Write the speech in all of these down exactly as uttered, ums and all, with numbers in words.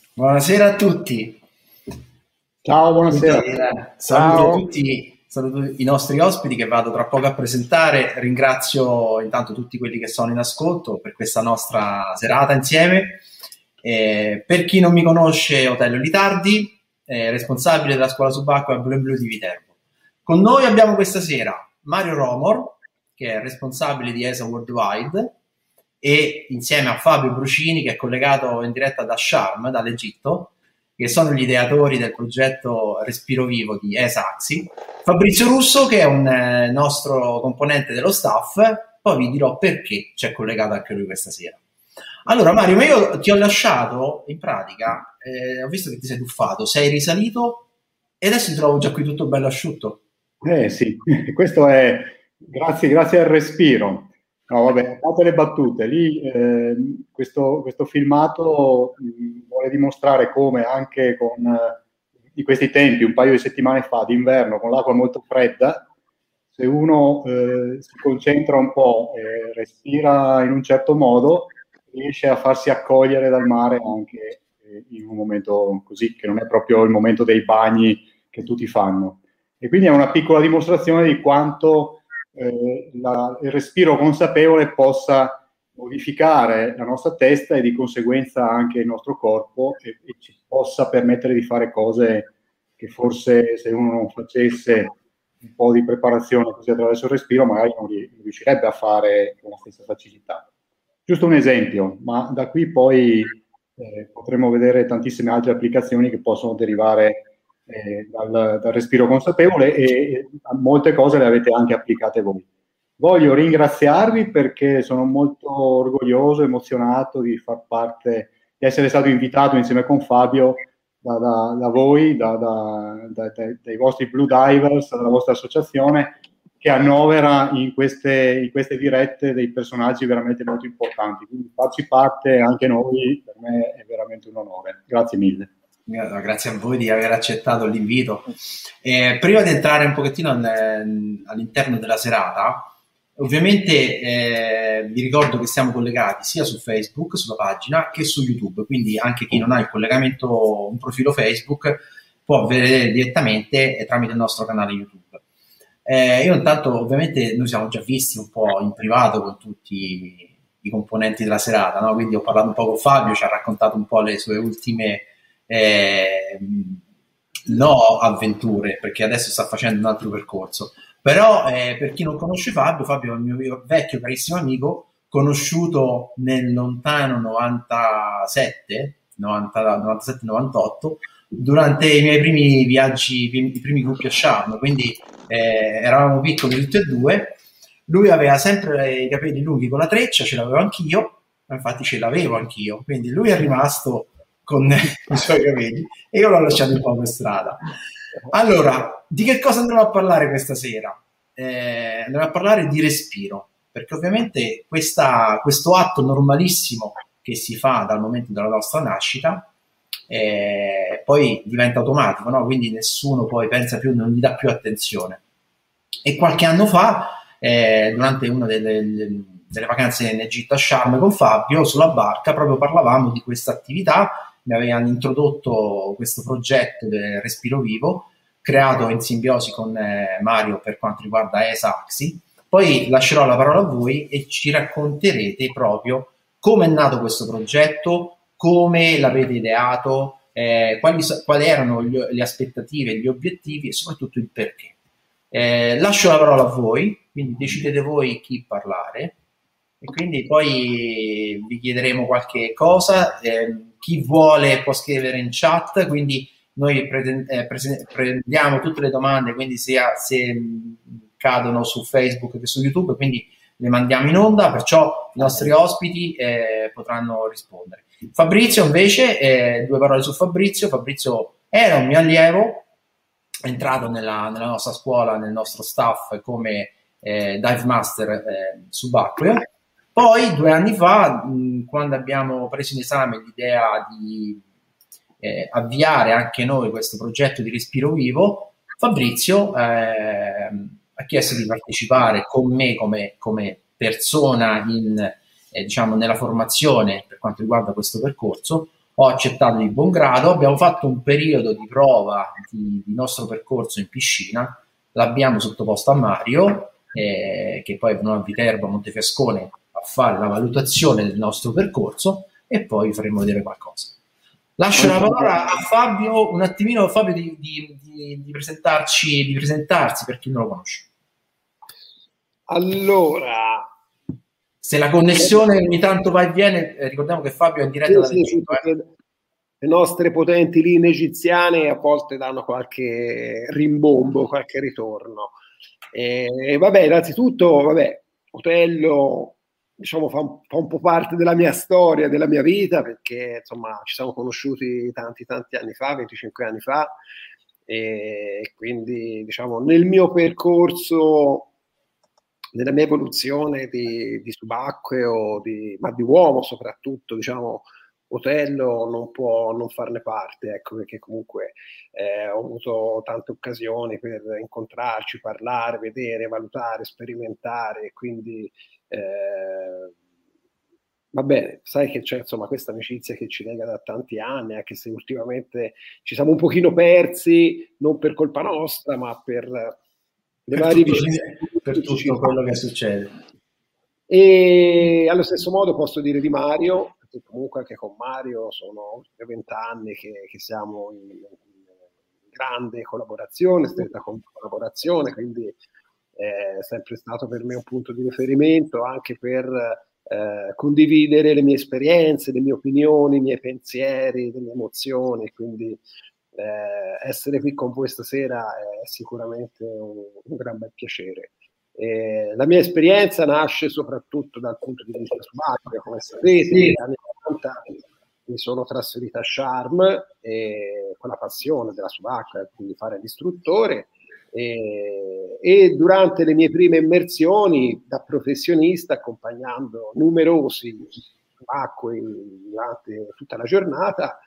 Buonasera a tutti. Ciao, buonasera. Quindi, eh, saluto Ciao. tutti, saluto i nostri ospiti che vado tra poco a presentare. Ringrazio intanto tutti quelli che sono in ascolto per questa nostra serata insieme. Eh, per chi non mi conosce, Otello Litardi, eh, responsabile della scuola subacquea Blu and Blue di Viterbo. Con noi abbiamo questa sera Mario Romor, che è responsabile di E S A Worldwide, e insieme a Fabio Brucini, che è collegato in diretta da Sharm, dall'Egitto, che sono gli ideatori del progetto Respiro Vivo di E S A X I, Fabrizio Russo, che è un eh, nostro componente dello staff. Poi vi dirò perché c'è collegato anche lui questa sera. Allora Mario, ma io ti ho lasciato in pratica, eh, ho visto che ti sei tuffato, sei risalito e adesso ti trovo già qui tutto bello asciutto. Eh sì, questo è grazie, grazie al respiro. No, vabbè, fate le battute. Lì eh, questo, questo filmato mh, vuole dimostrare come anche con eh, di questi tempi, un paio di settimane fa, d'inverno, con l'acqua molto fredda, se uno eh, si concentra un po' e respira in un certo modo, riesce a farsi accogliere dal mare anche eh, in un momento così, che non è proprio il momento dei bagni che tutti fanno. E quindi è una piccola dimostrazione di quanto eh, la, il respiro consapevole possa modificare la nostra testa e di conseguenza anche il nostro corpo e, e ci possa permettere di fare cose che forse se uno non facesse un po' di preparazione così attraverso il respiro magari non riuscirebbe a fare con la stessa facilità. Giusto un esempio, ma da qui poi eh, potremo vedere tantissime altre applicazioni che possono derivare eh, dal, dal respiro consapevole e, e molte cose le avete anche applicate voi. Voglio ringraziarvi perché sono molto orgoglioso, emozionato di far parte, di essere stato invitato insieme con Fabio da, da, da voi, da, da, da, dai vostri Blue Divers, dalla vostra associazione, che annovera in queste, in queste dirette dei personaggi veramente molto importanti. Quindi farci parte anche noi, per me è veramente un onore. Grazie mille. Grazie a voi di aver accettato l'invito. Eh, prima di entrare un pochettino al, all'interno della serata, ovviamente eh, vi ricordo che siamo collegati sia su Facebook, sulla pagina, che su YouTube, quindi anche chi non ha il collegamento, un profilo Facebook, può vedere direttamente tramite il nostro canale YouTube. Eh, io intanto, ovviamente, noi siamo già visti un po' in privato con tutti i componenti della serata, no? Quindi ho parlato un po' con Fabio, ci ha raccontato un po' le sue ultime eh, no avventure, perché adesso sta facendo un altro percorso. Però eh, per chi non conosce Fabio, Fabio è il mio vecchio carissimo amico, conosciuto nel lontano novantasette, novantasette novantotto, durante i miei primi viaggi, i primi gruppi a Sharm, quindi eh, eravamo piccoli tutti e due. Lui aveva sempre i capelli lunghi con la treccia, ce l'avevo anch'io, infatti ce l'avevo anch'io, quindi lui è rimasto con i suoi capelli e io l'ho lasciato un po' per strada. Allora, di che cosa andremo a parlare questa sera? Eh, andremo a parlare di respiro, perché ovviamente questa, questo atto normalissimo che si fa dal momento della nostra nascita eh, poi diventa automatico, no? Quindi nessuno poi pensa più, non gli dà più attenzione. E qualche anno fa, eh, durante una delle, delle vacanze in Egitto a Sharm con Fabio, sulla barca, proprio parlavamo di questa attività. Mi avevano introdotto questo progetto del respiro vivo, creato in simbiosi con eh, Mario per quanto riguarda E S A X I. Poi lascerò la parola a voi e ci racconterete proprio come è nato questo progetto, come l'avete ideato, eh, quali, quali erano gli, le aspettative, gli obiettivi e soprattutto il perché. Eh, lascio la parola a voi, quindi decidete voi chi parlare e quindi poi vi chiederemo qualche cosa. Eh, chi vuole può scrivere in chat, quindi noi pre- eh, pre- prendiamo tutte le domande, quindi sia se mh, cadono su Facebook che su YouTube, quindi le mandiamo in onda, perciò i nostri ospiti eh, potranno rispondere. Fabrizio invece, eh, due parole su Fabrizio. Fabrizio era un mio allievo, è entrato nella, nella nostra scuola, nel nostro staff come eh, dive master eh, subacqueo. Poi due anni fa, mh, quando abbiamo preso in esame l'idea di eh, avviare anche noi questo progetto di respiro vivo, Fabrizio eh, ha chiesto di partecipare con me come, come persona in, eh, diciamo, nella formazione per quanto riguarda questo percorso. ho accettato di buon grado, abbiamo fatto un periodo di prova di, di nostro percorso in piscina, l'abbiamo sottoposto a Mario, eh, che poi è venuto a Viterbo, a Montefiascone, a fare la valutazione del nostro percorso e poi faremo vedere qualcosa. Lascio la parola a Fabio, un attimino Fabio di, di, di, di presentarci, di presentarsi per chi non lo conosce. Allora, se la connessione ogni tanto va e viene, eh, ricordiamo che Fabio è in diretta sì, dall'Egitto. Sì, eh. Le nostre potenti linee egiziane a volte danno qualche rimbombo, qualche ritorno. E, e vabbè, innanzitutto, vabbè, Otello, diciamo, fa un, fa un po' parte della mia storia, della mia vita, perché insomma ci siamo conosciuti tanti tanti anni fa, venticinque anni fa, e quindi diciamo nel mio percorso, nella mia evoluzione di, di subacqueo, di, ma di uomo soprattutto, diciamo, Otello non può non farne parte, ecco, perché comunque eh, ho avuto tante occasioni per incontrarci, parlare, vedere, valutare, sperimentare, quindi eh, va bene, sai che c'è insomma questa amicizia che ci lega da tanti anni, anche se ultimamente ci siamo un pochino persi, non per colpa nostra, ma per le per varie tutto, vicende, per tutto quello che succede. E allo stesso modo posso dire di Mario, perché comunque anche con Mario sono vent'anni che, che siamo in, in grande collaborazione, stretta collaborazione, quindi è sempre stato per me un punto di riferimento anche per eh, condividere le mie esperienze, le mie opinioni, i miei pensieri, le mie emozioni, quindi eh, essere qui con voi stasera è sicuramente un, un gran bel piacere. Eh, la mia esperienza nasce soprattutto dal punto di vista subacqueo, come sapete, negli anni novanta mi sono trasferita a Sharm eh, con la passione della subacquea, quindi fare l'istruttore, eh, e durante le mie prime immersioni da professionista, accompagnando numerosi subacquei durante tutta la giornata,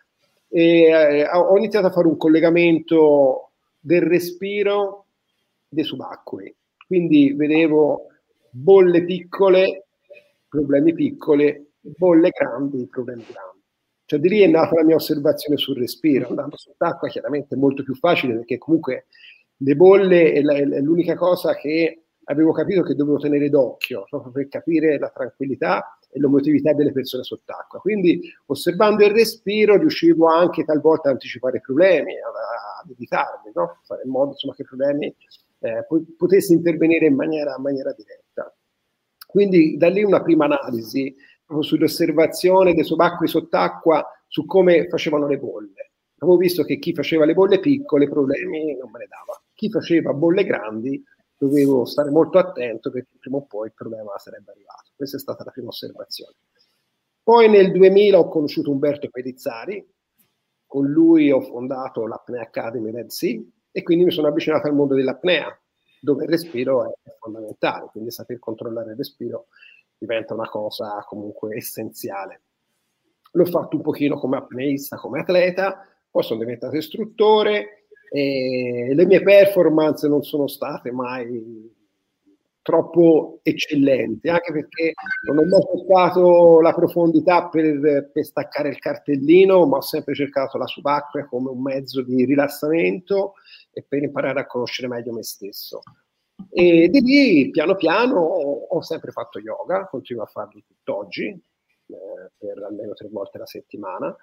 eh, ho iniziato a fare un collegamento del respiro dei subacquei. Quindi vedevo bolle piccole, problemi piccoli, bolle grandi, problemi grandi. Cioè di lì è nata la mia osservazione sul respiro. Andando sott'acqua chiaramente è molto più facile, perché comunque le bolle è, la, è l'unica cosa che avevo capito che dovevo tenere d'occhio, proprio per capire la tranquillità e l'emotività delle persone sott'acqua. Quindi osservando il respiro riuscivo anche talvolta a anticipare i problemi, ad evitarli, no? Fare in modo insomma, che i problemi eh, potessi intervenire in maniera, in maniera diretta. Quindi da lì una prima analisi proprio sull'osservazione dei subacquei sott'acqua, su come facevano le bolle. Avevo visto che chi faceva le bolle piccole problemi non me ne dava. Chi faceva bolle grandi dovevo stare molto attento, perché prima o poi il problema sarebbe arrivato. Questa è stata la prima osservazione. Poi nel duemila ho conosciuto Umberto Pelizzari, con lui ho fondato l'Apnea Academy Red Sea, e quindi mi sono avvicinato al mondo dell'apnea, dove il respiro è fondamentale, quindi saper controllare il respiro diventa una cosa comunque essenziale. L'ho fatto un pochino come apneista, come atleta, poi sono diventato istruttore, e le mie performance non sono state mai troppo eccellenti, anche perché non ho mai cercato la profondità per, per staccare il cartellino, ma ho sempre cercato la subacquea come un mezzo di rilassamento e per imparare a conoscere meglio me stesso. E di lì, piano piano, ho sempre fatto yoga, continuo a farlo tutt'oggi, eh, per almeno tre volte alla settimana,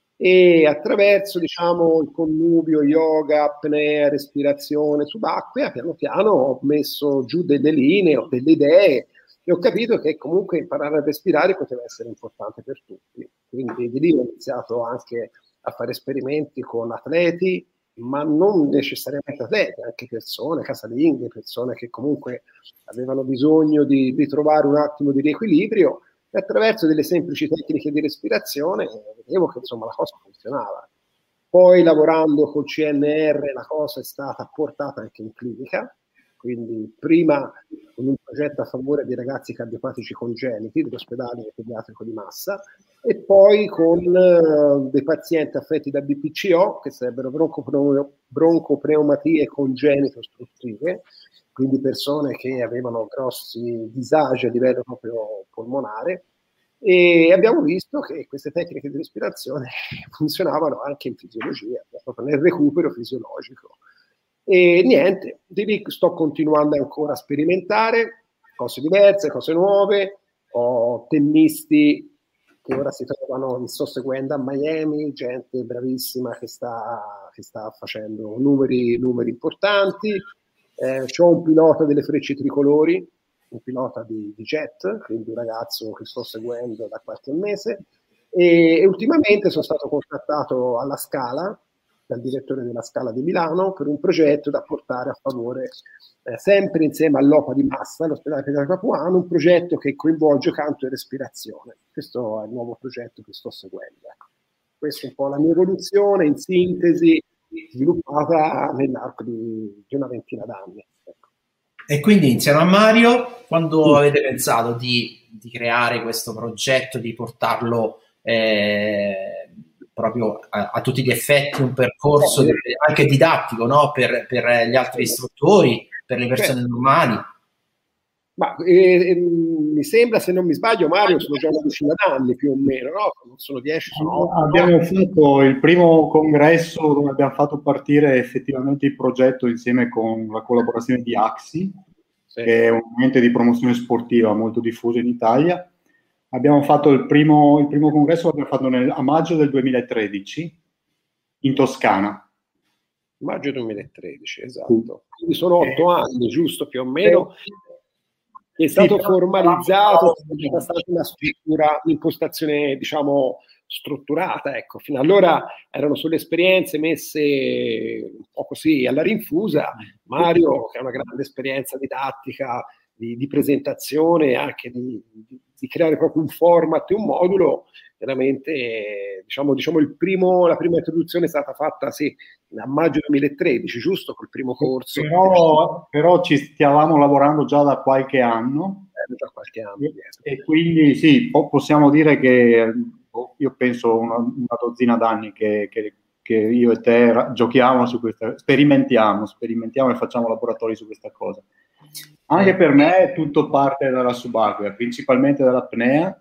e attraverso, diciamo, il connubio yoga, apnea, respirazione subacquea, piano piano ho messo giù delle linee, ho delle idee, e ho capito che comunque imparare a respirare poteva essere importante per tutti. Quindi di lì ho iniziato anche a fare esperimenti con atleti, ma non necessariamente atleti, anche persone casalinghe, persone che comunque avevano bisogno di ritrovare un attimo di riequilibrio, e attraverso delle semplici tecniche di respirazione vedevo che insomma la cosa funzionava. Poi lavorando col C N R la cosa è stata portata anche in clinica, quindi prima con un progetto a favore dei ragazzi cardiopatici congeniti dell'ospedale pediatrico di Massa, e poi con uh, dei pazienti affetti da B P C O, che sarebbero broncopneumatie congenite ostruttive, quindi persone che avevano grossi disagi a livello proprio polmonare, E abbiamo visto che queste tecniche di respirazione funzionavano anche in fisiologia, proprio nel recupero fisiologico. E niente, di lì sto continuando ancora a sperimentare cose diverse, cose nuove. Ho tennisti che ora si trovano, mi sto seguendo a Miami, gente bravissima che sta, che sta facendo numeri, numeri importanti. Eh, c'ho un pilota delle Frecce Tricolori, un pilota di, di jet, quindi un ragazzo che sto seguendo da qualche mese, e, e ultimamente sono stato contattato alla Scala, dal direttore della Scala di Milano, per un progetto da portare a favore, eh, sempre insieme all'O P A di Massa, l'ospedale pediatrico Capuano, un progetto che coinvolge canto e respirazione. Questo è il nuovo progetto che sto seguendo. Ecco. Questa è un po' la mia evoluzione, in sintesi, sviluppata nell'arco di, di una ventina d'anni. Ecco. E quindi insieme a Mario, quando sì. avete pensato di, di creare questo progetto, di portarlo eh, proprio a, a tutti gli effetti, un percorso sì. anche didattico, no? per, per gli altri istruttori, per le persone sì. normali? Ma eh, eh, mi sembra, se non mi sbaglio, Mario, sono già una decina d'anni più o meno, no? Non sono dieci, sono otto. Abbiamo fatto il primo congresso dove abbiamo fatto partire effettivamente il progetto insieme con la collaborazione di AXI, sì. che è un ente di promozione sportiva molto diffuso in Italia. Abbiamo fatto il primo, il primo congresso, l'abbiamo fatto nel, a maggio del duemilatredici in Toscana. Maggio duemilatredici, esatto. Quindi sono otto eh, anni, giusto, più o meno. È stato sì, formalizzato, è stata una struttura, un'impostazione, diciamo, strutturata, ecco. Fino allora erano solo esperienze messe un po' così alla rinfusa. Mario, che ha una grande esperienza didattica, di, di presentazione, anche di, di, di creare proprio un format e un modulo, veramente, diciamo, diciamo il primo, la prima introduzione è stata fatta, sì, a maggio duemilatredici, giusto? Col primo corso. Però, però ci stiamo lavorando già da qualche anno. Eh, già qualche anno. E, e quindi sì, possiamo dire che io penso una, una dozzina d'anni che, che, che io e te giochiamo su questa, sperimentiamo, sperimentiamo e facciamo laboratori su questa cosa. Anche per me tutto parte dalla subacquea, principalmente dall'apnea,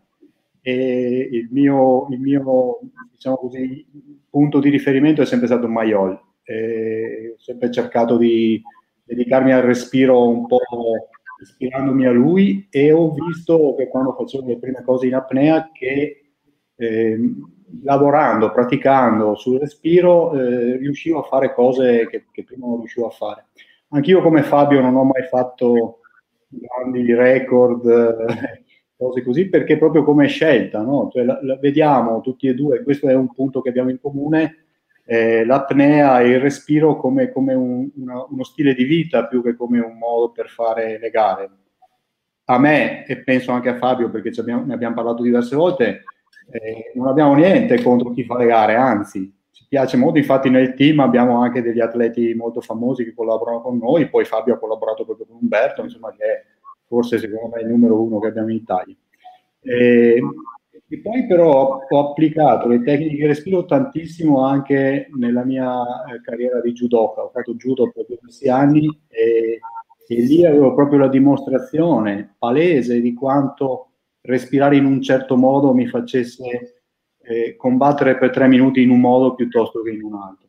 e il mio, il mio diciamo così, punto di riferimento è sempre stato Mayol. E ho sempre cercato di dedicarmi al respiro un po' ispirandomi a lui, e ho visto che quando facevo le prime cose in apnea che eh, lavorando, praticando sul respiro eh, riuscivo a fare cose che, che prima non riuscivo a fare. Anch'io come Fabio non ho mai fatto grandi record, eh, cose così, perché proprio come scelta, no? Cioè, la, la vediamo tutti e due, questo è un punto che abbiamo in comune, eh, l'apnea e il respiro come, come un, una, uno stile di vita più che come un modo per fare le gare. A me, e penso anche a Fabio, perché ci abbiamo, ne abbiamo parlato diverse volte, eh, non abbiamo niente contro chi fa le gare, anzi, ci piace molto. Infatti nel team abbiamo anche degli atleti molto famosi che collaborano con noi, poi Fabio ha collaborato proprio con Umberto, insomma, che è forse secondo me il numero uno che abbiamo in Italia. E, e poi però ho applicato le tecniche di respiro tantissimo anche nella mia eh, carriera di judoka. Ho fatto judo per diversi anni e, e lì avevo proprio la dimostrazione palese di quanto respirare in un certo modo mi facesse eh, combattere per tre minuti in un modo piuttosto che in un altro.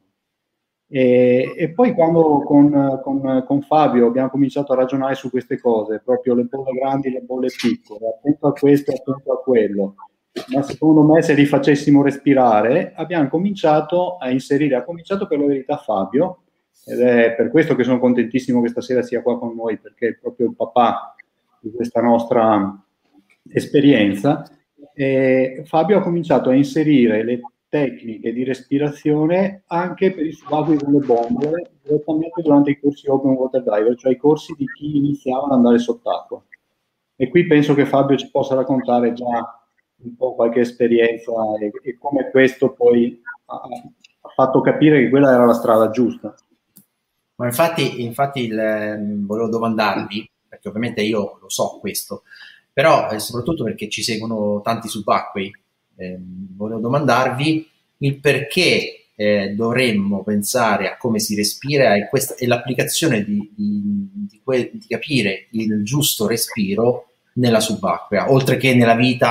E, e poi quando con, con, con Fabio abbiamo cominciato a ragionare su queste cose, proprio le bolle grandi, le bolle piccole, attento a questo, attento a quello, ma secondo me se li facessimo respirare, abbiamo cominciato a inserire, ha cominciato per la verità Fabio, ed è per questo che sono contentissimo che stasera sia qua con noi, perché è proprio il papà di questa nostra esperienza. E Fabio ha cominciato a inserire le tecniche di respirazione anche per i subacquei con le bombole direttamente durante i corsi Open Water Diver, cioè i corsi di chi iniziava ad andare sott'acqua. E qui penso che Fabio ci possa raccontare già un po' qualche esperienza e, e come questo poi ha, ha fatto capire che quella era la strada giusta. Ma infatti, infatti il, volevo domandarvi, perché ovviamente io lo so questo, però eh, soprattutto perché ci seguono tanti subacquei, Eh, volevo domandarvi il perché eh, dovremmo pensare a come si respira e, questa, e l'applicazione di, di, di, que, di capire il giusto respiro nella subacquea, oltre che nella vita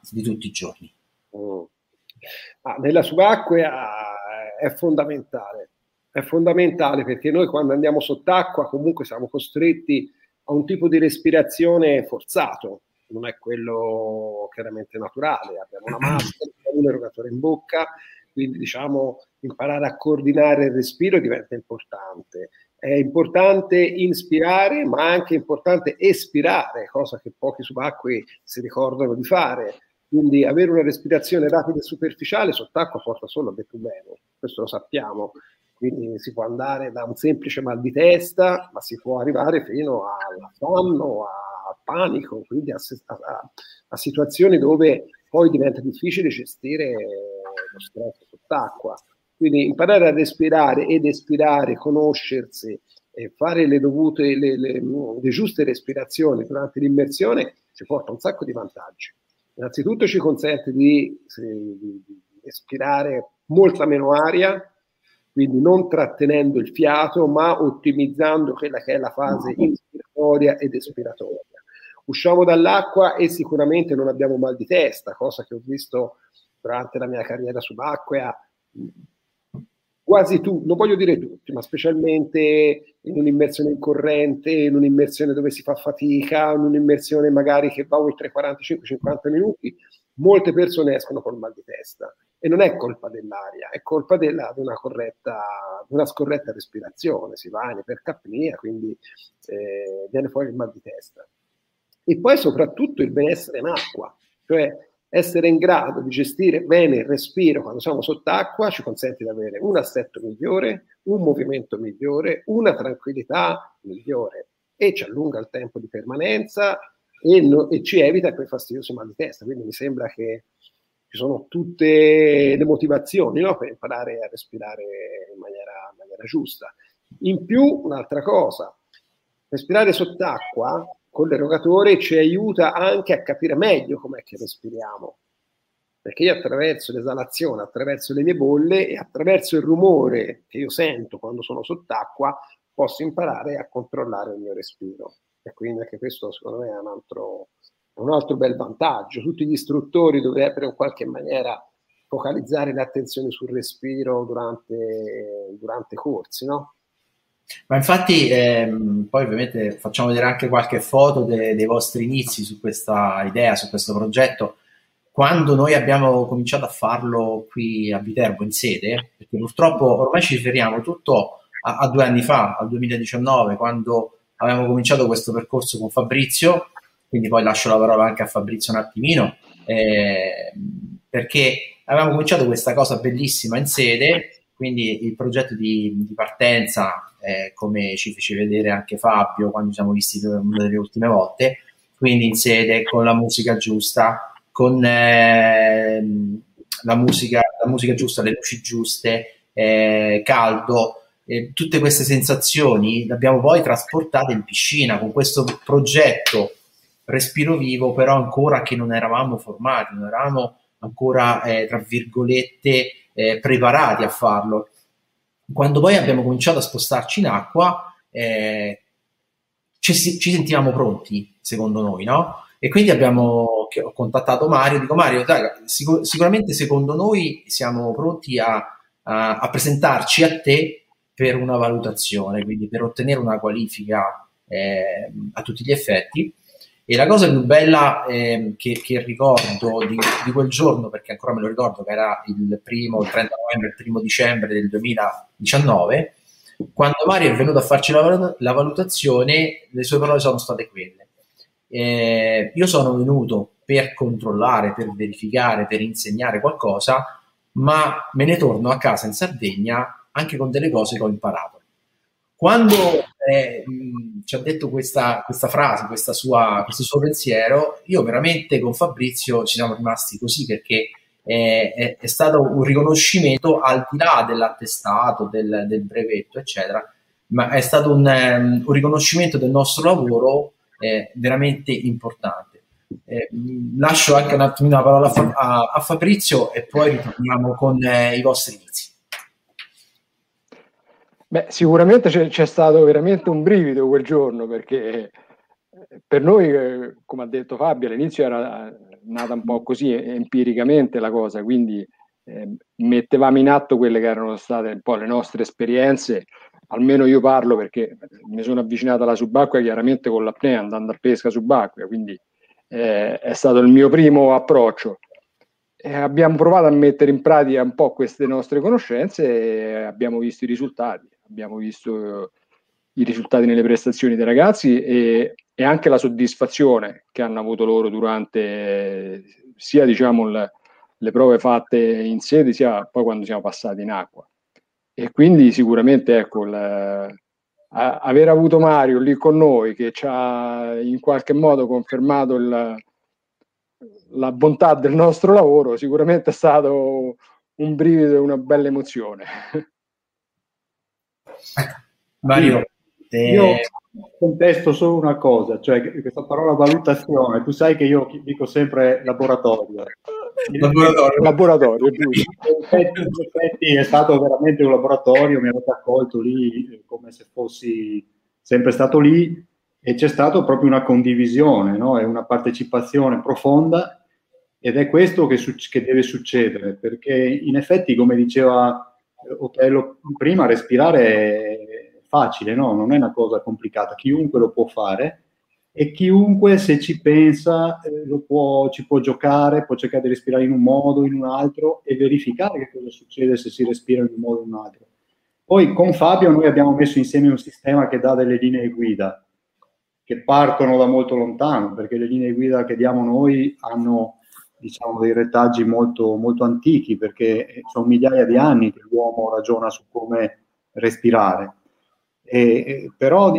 di tutti i giorni. Mm. Ah, nella subacquea è fondamentale, è fondamentale perché noi quando andiamo sott'acqua comunque siamo costretti a un tipo di respirazione forzato, non è quello chiaramente naturale, abbiamo una maschera, un erogatore in bocca, quindi diciamo imparare a coordinare il respiro diventa importante. È importante inspirare, ma anche importante espirare, cosa che pochi subacquei si ricordano di fare. Quindi avere una respirazione rapida e superficiale sott'acqua porta solo a vettumeno, questo lo sappiamo. Quindi si può andare da un semplice mal di testa, ma si può arrivare fino all'affanno, al panico, quindi a, a, a situazioni dove poi diventa difficile gestire lo stress sott'acqua. Quindi imparare a respirare ed espirare, conoscersi e fare le dovute, le, le, le giuste respirazioni durante l'immersione ci porta un sacco di vantaggi. Innanzitutto ci consente di, di, di espirare molta meno aria, quindi non trattenendo il fiato, ma ottimizzando quella che è la fase inspiratoria ed espiratoria. Usciamo dall'acqua e sicuramente non abbiamo mal di testa, cosa che ho visto durante la mia carriera subacquea. Quasi tu, non voglio dire tutti, ma specialmente in un'immersione in corrente, in un'immersione dove si fa fatica, in un'immersione magari che va oltre quarantacinque cinquanta minuti, molte persone escono col mal di testa. E non è colpa dell'aria, è colpa della, di una corretta, di una scorretta respirazione, si va in ipercapnia, quindi eh, viene fuori il mal di testa. E poi soprattutto il benessere in acqua, cioè essere in grado di gestire bene il respiro quando siamo sott'acqua ci consente di avere un assetto migliore, un movimento migliore, una tranquillità migliore e ci allunga il tempo di permanenza e, no, e ci evita quei fastidiosi mal di testa. Quindi mi sembra che ci sono tutte le motivazioni, no, per imparare a respirare in maniera, in maniera giusta. In più, un'altra cosa, respirare sott'acqua con l'erogatore ci aiuta anche a capire meglio com'è che respiriamo, perché io attraverso l'esalazione, attraverso le mie bolle e attraverso il rumore che io sento quando sono sott'acqua posso imparare a controllare il mio respiro, e quindi anche questo secondo me è un altro, un altro bel vantaggio. Tutti gli istruttori dovrebbero in qualche maniera focalizzare l'attenzione sul respiro durante, durante i corsi, no? Ma infatti ehm, poi ovviamente facciamo vedere anche qualche foto de- dei vostri inizi su questa idea, su questo progetto. Quando noi abbiamo cominciato a farlo qui a Viterbo in sede, perché purtroppo ormai ci riferiamo tutto a, a due anni fa, al duemiladiciannove, quando avevamo cominciato questo percorso con Fabrizio, quindi poi lascio la parola anche a Fabrizio un attimino, eh, perché avevamo cominciato questa cosa bellissima in sede, quindi il progetto di, di partenza, eh, come ci fece vedere anche Fabio quando ci siamo visti una delle ultime volte, quindi in sede con la musica giusta, con eh, la, musica, la musica giusta, le luci giuste, eh, caldo, eh, tutte queste sensazioni le abbiamo poi trasportate in piscina con questo progetto Respiro Vivo, però ancora che non eravamo formati, non eravamo ancora, eh, tra virgolette, eh, preparati a farlo. Quando poi abbiamo cominciato a spostarci in acqua, eh, ci, ci sentivamo pronti, secondo noi, no? E quindi abbiamo ho contattato Mario, dico Mario, dai, sicur- sicuramente secondo noi siamo pronti a, a, a presentarci a te per una valutazione, quindi per ottenere una qualifica eh, a tutti gli effetti. E la cosa più bella eh, che, che ricordo di, di quel giorno, perché ancora me lo ricordo che era il primo, il trenta novembre, il primo dicembre del duemiladiciannove, quando Mario è venuto a farci la, la valutazione, le sue parole sono state quelle. Eh, io sono venuto per controllare, per verificare, per insegnare qualcosa, ma me ne torno a casa in Sardegna anche con delle cose che ho imparato. Quando eh, mh, ci ha detto questa, questa frase, questa sua, questo suo pensiero, io veramente con Fabrizio ci siamo rimasti così, perché eh, è, è stato un riconoscimento al di là dell'attestato, del, del brevetto, eccetera, ma è stato un, um, un riconoscimento del nostro lavoro eh, veramente importante. Eh, lascio anche un attimino la parola a, Fa- a, a Fabrizio e poi ritorniamo con eh, i vostri inizi. Beh, sicuramente c'è, c'è stato veramente un brivido quel giorno, perché per noi, eh, come ha detto Fabio, all'inizio era nata un po' così empiricamente la cosa, quindi eh, mettevamo in atto quelle che erano state un po' le nostre esperienze. Almeno io parlo perché mi sono avvicinato alla subacquea chiaramente con l'apnea, andando a pesca subacquea, quindi eh, è stato il mio primo approccio. E abbiamo provato a mettere in pratica un po' queste nostre conoscenze e abbiamo visto i risultati, abbiamo visto i risultati nelle prestazioni dei ragazzi e, e anche la soddisfazione che hanno avuto loro durante sia diciamo le, le prove fatte in sede sia poi quando siamo passati in acqua. E quindi sicuramente ecco il, a, aver avuto Mario lì con noi che ci ha in qualche modo confermato il, la bontà del nostro lavoro sicuramente è stato un brivido e una bella emozione. Mario, eh... io contesto solo una cosa, cioè questa parola valutazione, tu sai che io dico sempre laboratorio. Laboratorio, laboratorio in, effetti, in effetti è stato veramente un laboratorio, mi avete accolto lì come se fossi sempre stato lì e c'è stato proprio una condivisione, no? E una partecipazione profonda ed è questo che, che deve succedere, perché in effetti, come diceva Otello prima, respirare è facile, no? Non è una cosa complicata, chiunque lo può fare. E chiunque, se ci pensa, eh, lo può, ci può giocare, può cercare di respirare in un modo, in un altro e verificare che cosa succede se si respira in un modo o in un altro. Poi con Fabio noi abbiamo messo insieme un sistema che dà delle linee guida che partono da molto lontano, perché le linee guida che diamo noi hanno, diciamo, dei retaggi molto, molto antichi, perché sono migliaia di anni che l'uomo ragiona su come respirare. E, e, però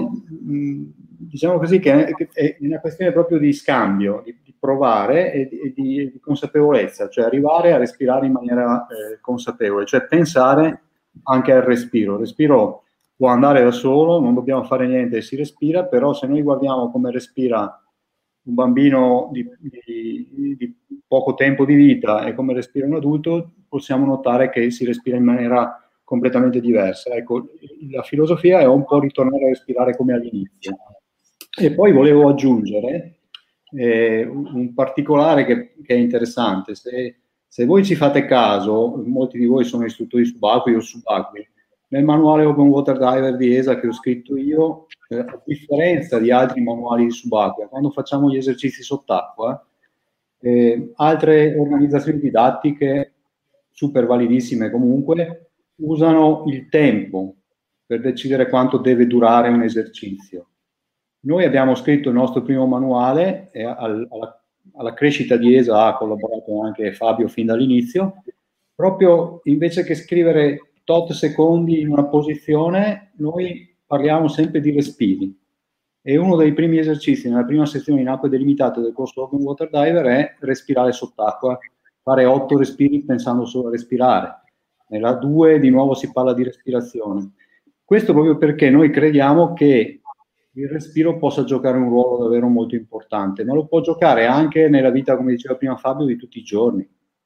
diciamo così che è, è una questione proprio di scambio, di, di provare e, di, e di, di consapevolezza, cioè arrivare a respirare in maniera eh, consapevole, cioè pensare anche al respiro. Il respiro può andare da solo, non dobbiamo fare niente, si respira, però se noi guardiamo come respira un bambino di, di, di poco tempo di vita e come respira un adulto, possiamo notare che si respira in maniera completamente diversa. Ecco, la filosofia è un po' ritornare a respirare come all'inizio. E poi volevo aggiungere eh, un particolare che, che è interessante. Se, se voi ci fate caso, molti di voi sono istruttori subacquei o subacquei, nel manuale Open Water Diver di E S A che ho scritto io, eh, a differenza di altri manuali di subacquea, quando facciamo gli esercizi sott'acqua, eh, altre organizzazioni didattiche, super validissime comunque, usano il tempo per decidere quanto deve durare un esercizio. Noi abbiamo scritto il nostro primo manuale e al, alla, alla crescita di E S A ha collaborato anche Fabio fin dall'inizio, proprio invece che scrivere tot secondi in una posizione, noi parliamo sempre di respiri. E uno dei primi esercizi nella prima sezione in acque delimitate del corso Open Water Diver è respirare sott'acqua, fare otto respiri pensando solo a respirare. Nella due di nuovo si parla di respirazione. Questo proprio perché noi crediamo che il respiro possa giocare un ruolo davvero molto importante, ma lo può giocare anche nella vita, come diceva prima Fabio, di tutti i giorni.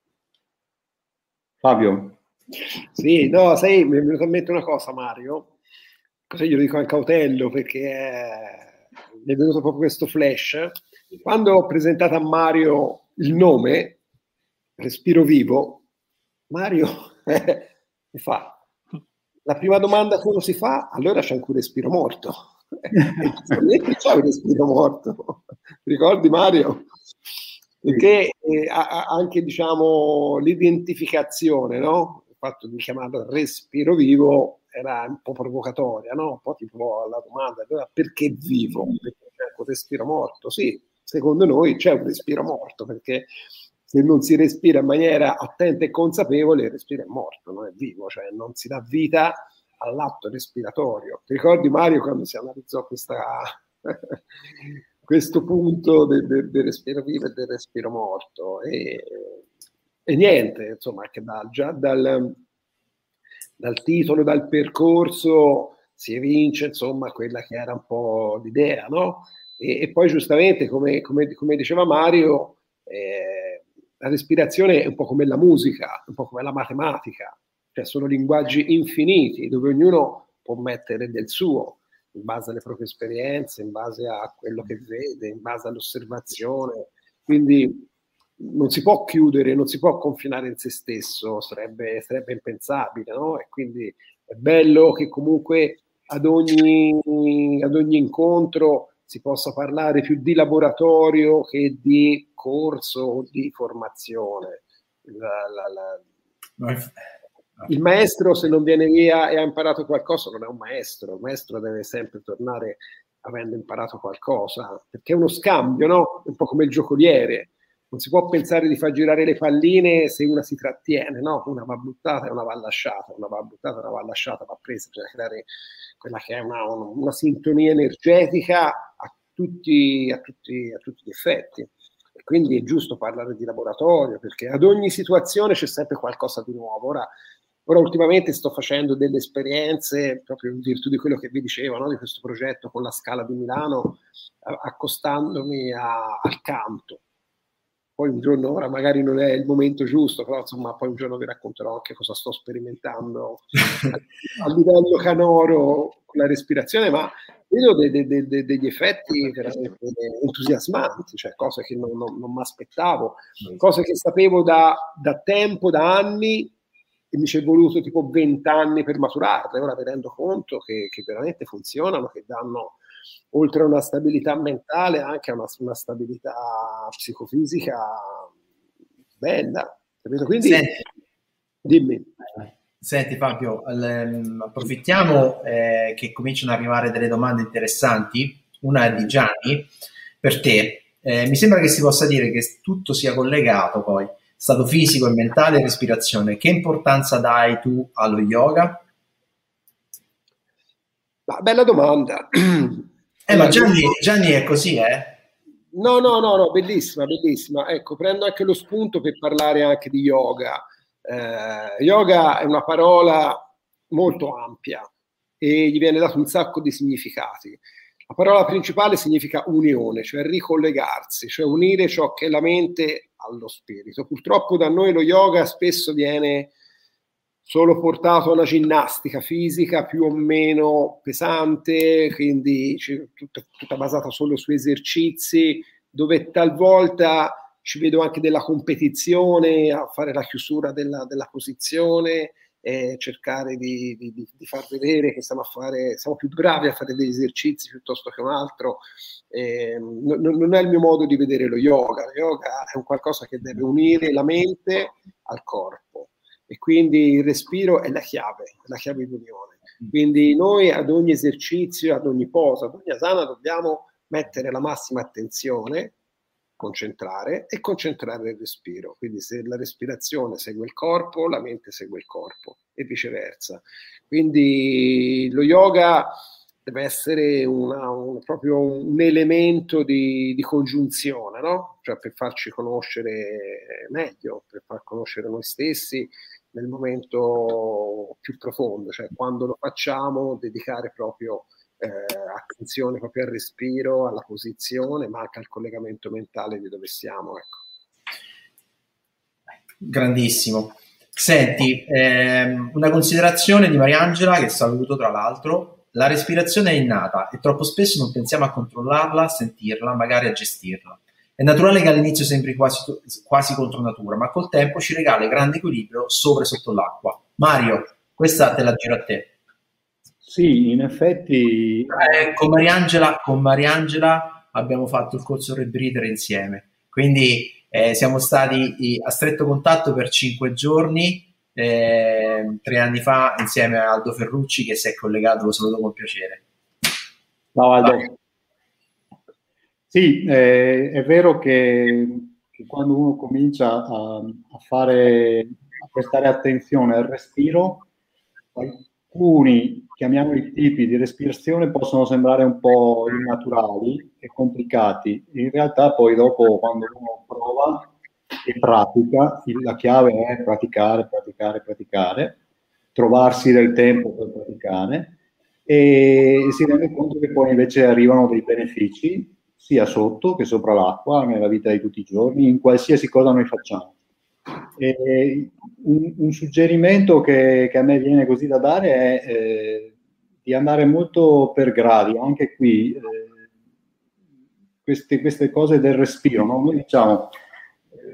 Fabio? Sì, no, sai, mi è venuta in mente una cosa, Mario, così glielo dico anche a Otello, perché mi è venuto proprio questo flash. Quando ho presentato a Mario il nome, Respiro Vivo, Mario mi fa, la prima domanda che uno si fa, allora c'è anche un respiro morto. E c'è un respiro morto, ti ricordi Mario? Perché eh, anche diciamo l'identificazione, no? Il fatto di chiamarlo respiro vivo era un po' provocatoria, no? Un po' tipo la domanda, perché vivo? Perché c'è un respiro morto? Sì, secondo noi c'è un respiro morto, perché se non si respira in maniera attenta e consapevole, il respiro è morto, non è vivo, cioè non si dà vita all'atto respiratorio. Ti ricordi Mario quando si analizzò questa, questo punto del, del, del respiro vivo e del respiro morto? E, e niente, insomma, che da, già dal, dal titolo, dal percorso si evince insomma quella che era un po' l'idea, no? E, e poi giustamente, come, come, come diceva Mario, eh, la respirazione è un po' come la musica, un po' come la matematica. Cioè sono linguaggi infiniti dove ognuno può mettere del suo in base alle proprie esperienze, in base a quello che vede, in base all'osservazione. Quindi non si può chiudere, non si può confinare in se stesso, sarebbe, sarebbe impensabile, no? E quindi è bello che comunque ad ogni, ad ogni incontro si possa parlare più di laboratorio che di corso o di formazione. La, la, la... Il maestro, se non viene via e ha imparato qualcosa, non è un maestro. Il maestro deve sempre tornare avendo imparato qualcosa, perché è uno scambio, no? Un po' come il giocoliere. Non si può pensare di far girare le palline se una si trattiene, no? Una va buttata e una va lasciata, una va buttata e una va lasciata, va presa, bisogna creare quella che è una, una, una sintonia energetica a tutti, a, tutti, a tutti gli effetti. E quindi è giusto parlare di laboratorio, perché ad ogni situazione c'è sempre qualcosa di nuovo. Ora, ora ultimamente sto facendo delle esperienze, proprio in virtù di quello che vi dicevo, no? Di questo progetto con la Scala di Milano, accostandomi a, al canto. Poi un giorno, ora magari non è il momento giusto, però insomma poi un giorno vi racconterò anche cosa sto sperimentando a, a livello canoro con la respirazione, ma vedo de, de, de, de, degli effetti veramente entusiasmanti, cioè cose che non, non, non mi aspettavo, cose che sapevo da, da tempo, da anni, e mi ci è voluto tipo vent'anni per maturarle. Ora mi rendo conto che, che veramente funzionano, che danno, oltre a una stabilità mentale, anche una, una stabilità psicofisica bella. Capito? Quindi, senti, dimmi. Senti Fabio, l- approfittiamo eh, che cominciano ad arrivare delle domande interessanti. Una è di Gianni, per te. Eh, mi sembra che si possa dire che tutto sia collegato poi, stato fisico e mentale e respirazione. Che importanza dai tu allo yoga? Ma, bella domanda. Eh, ma Gianni, Gianni è così, eh? No, no, no, no, bellissima, bellissima. Ecco, prendo anche lo spunto per parlare anche di yoga. Eh, yoga è una parola molto ampia e gli viene dato un sacco di significati. La parola principale significa unione, cioè ricollegarsi, cioè unire ciò che è la mente allo spirito. Purtroppo da noi lo yoga spesso viene solo portato a una ginnastica fisica più o meno pesante, quindi tutta, tutta basata solo su esercizi, dove talvolta ci vedo anche della competizione a fare la chiusura della, della posizione e cercare di, di, di far vedere che siamo, a fare, siamo più bravi a fare degli esercizi piuttosto che un altro. Eh, non, non è il mio modo di vedere lo yoga. Lo yoga è un qualcosa che deve unire la mente al corpo. E quindi il respiro è la chiave, è la chiave di unione. Quindi noi ad ogni esercizio, ad ogni posa, ad ogni asana dobbiamo mettere la massima attenzione, concentrare e concentrare il respiro. Quindi se la respirazione segue il corpo, la mente segue il corpo e viceversa. Quindi lo yoga deve essere una, un, proprio un elemento di, di congiunzione, no? Cioè per farci conoscere meglio, per far conoscere noi stessi nel momento più profondo, cioè quando lo facciamo dedicare proprio eh, attenzione proprio al respiro, alla posizione, ma anche al collegamento mentale di dove siamo. Ecco. Grandissimo. Senti, ehm, una considerazione di Mariangela, che saluto tra l'altro: la respirazione è innata e troppo spesso non pensiamo a controllarla, a sentirla, magari a gestirla. È naturale che all'inizio sembri quasi, quasi contro natura, ma col tempo ci regala grande equilibrio sopra e sotto l'acqua. Mario, questa te la giro a te. Sì, in effetti... Eh, con Mariangela, con Mariangela abbiamo fatto il corso Rebreather insieme, quindi eh, siamo stati a stretto contatto per cinque giorni, eh, tre anni fa, insieme a Aldo Ferrucci, che si è collegato, lo saluto con piacere. Ciao Aldo. Vai. Sì, eh, è vero che, che quando uno comincia a, a fare, a prestare attenzione al respiro, alcuni, chiamiamoli tipi di respirazione, possono sembrare un po' innaturali e complicati. In realtà poi dopo, quando uno prova e pratica, la chiave è praticare, praticare, praticare, trovarsi del tempo per praticare, e si rende conto che poi invece arrivano dei benefici sia sotto che sopra l'acqua, nella vita di tutti i giorni, in qualsiasi cosa noi facciamo. E un, un suggerimento che, che a me viene così da dare è eh, di andare molto per gradi, anche qui eh, queste, queste cose del respiro, no? Noi diciamo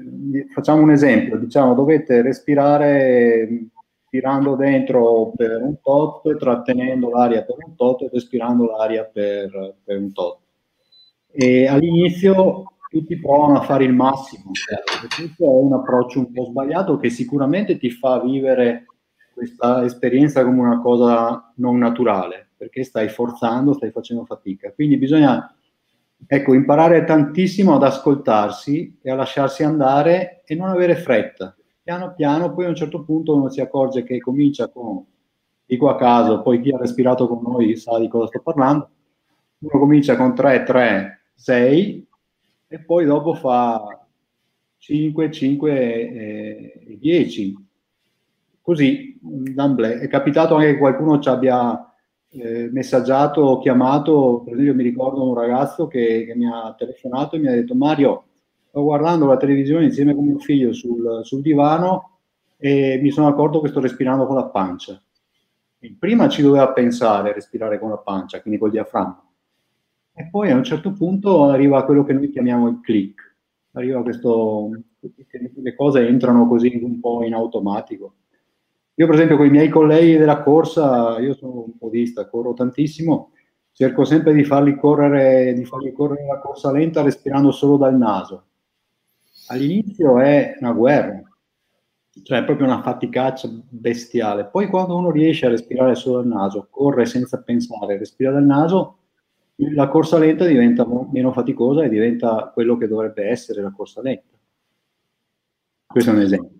facciamo un esempio, diciamo dovete respirare tirando dentro per un tot, trattenendo l'aria per un tot ed espirando l'aria per, per un tot. E all'inizio tutti provano a fare il massimo, e questo è un approccio un po' sbagliato che sicuramente ti fa vivere questa esperienza come una cosa non naturale, perché stai forzando, stai facendo fatica. Quindi bisogna, ecco, imparare tantissimo ad ascoltarsi e a lasciarsi andare e non avere fretta. Piano piano, poi a un certo punto uno si accorge che comincia con, dico a caso, poi chi ha respirato con noi sa di cosa sto parlando, uno comincia con tre, tre, sei e poi dopo fa cinque, cinque e dieci. Così, d'amblè. È capitato anche che qualcuno ci abbia eh, messaggiato o chiamato, per esempio mi ricordo un ragazzo che, che mi ha telefonato e mi ha detto: Mario, sto guardando la televisione insieme con mio figlio sul, sul divano e mi sono accorto che sto respirando con la pancia. E prima ci doveva pensare a respirare con la pancia, quindi col diaframma. E poi a un certo punto arriva quello che noi chiamiamo il click. Arriva questo, le cose entrano così un po' in automatico. Io per esempio con i miei colleghi della corsa, io sono un podista, corro tantissimo, cerco sempre di farli correre, di farli correre la corsa lenta respirando solo dal naso. All'inizio è una guerra, cioè è proprio una faticaccia bestiale. Poi quando uno riesce a respirare solo dal naso, corre senza pensare, respira dal naso, la corsa lenta diventa meno faticosa e diventa quello che dovrebbe essere la corsa lenta. Questo è un esempio.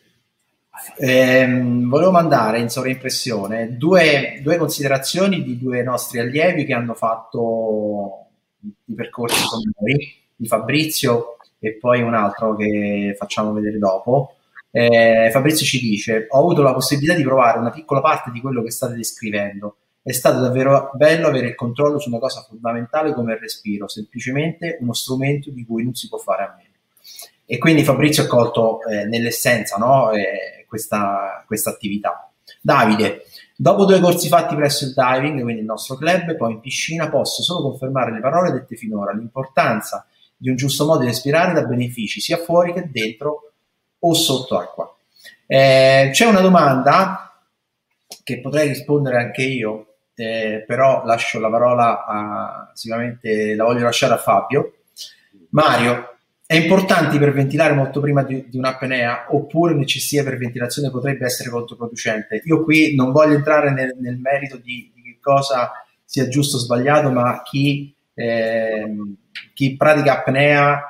Eh, volevo mandare in sovraimpressione due, due considerazioni di due nostri allievi che hanno fatto i percorsi con noi, di Fabrizio e poi un altro che facciamo vedere dopo. Eh, Fabrizio ci dice: ho avuto la possibilità di provare una piccola parte di quello che state descrivendo. È stato davvero bello avere il controllo su una cosa fondamentale come il respiro, semplicemente uno strumento di cui non si può fare a meno. E quindi Fabrizio ha colto eh, nell'essenza, no, eh, questa, questa attività. Davide, dopo due corsi fatti presso il diving, quindi il nostro club, poi in piscina, posso solo confermare le parole dette finora: l'importanza di un giusto modo di respirare dà benefici sia fuori che dentro o sotto acqua. Eh, c'è una domanda che potrei rispondere anche io, eh, però lascio la parola a, sicuramente la voglio lasciare a Fabio. Mario, è importante iperventilare molto prima di, di un'apnea oppure un'eccessiva iperventilazione potrebbe essere controproducente? Io qui non voglio entrare nel, nel merito di, di che cosa sia giusto o sbagliato, ma chi, eh, chi pratica apnea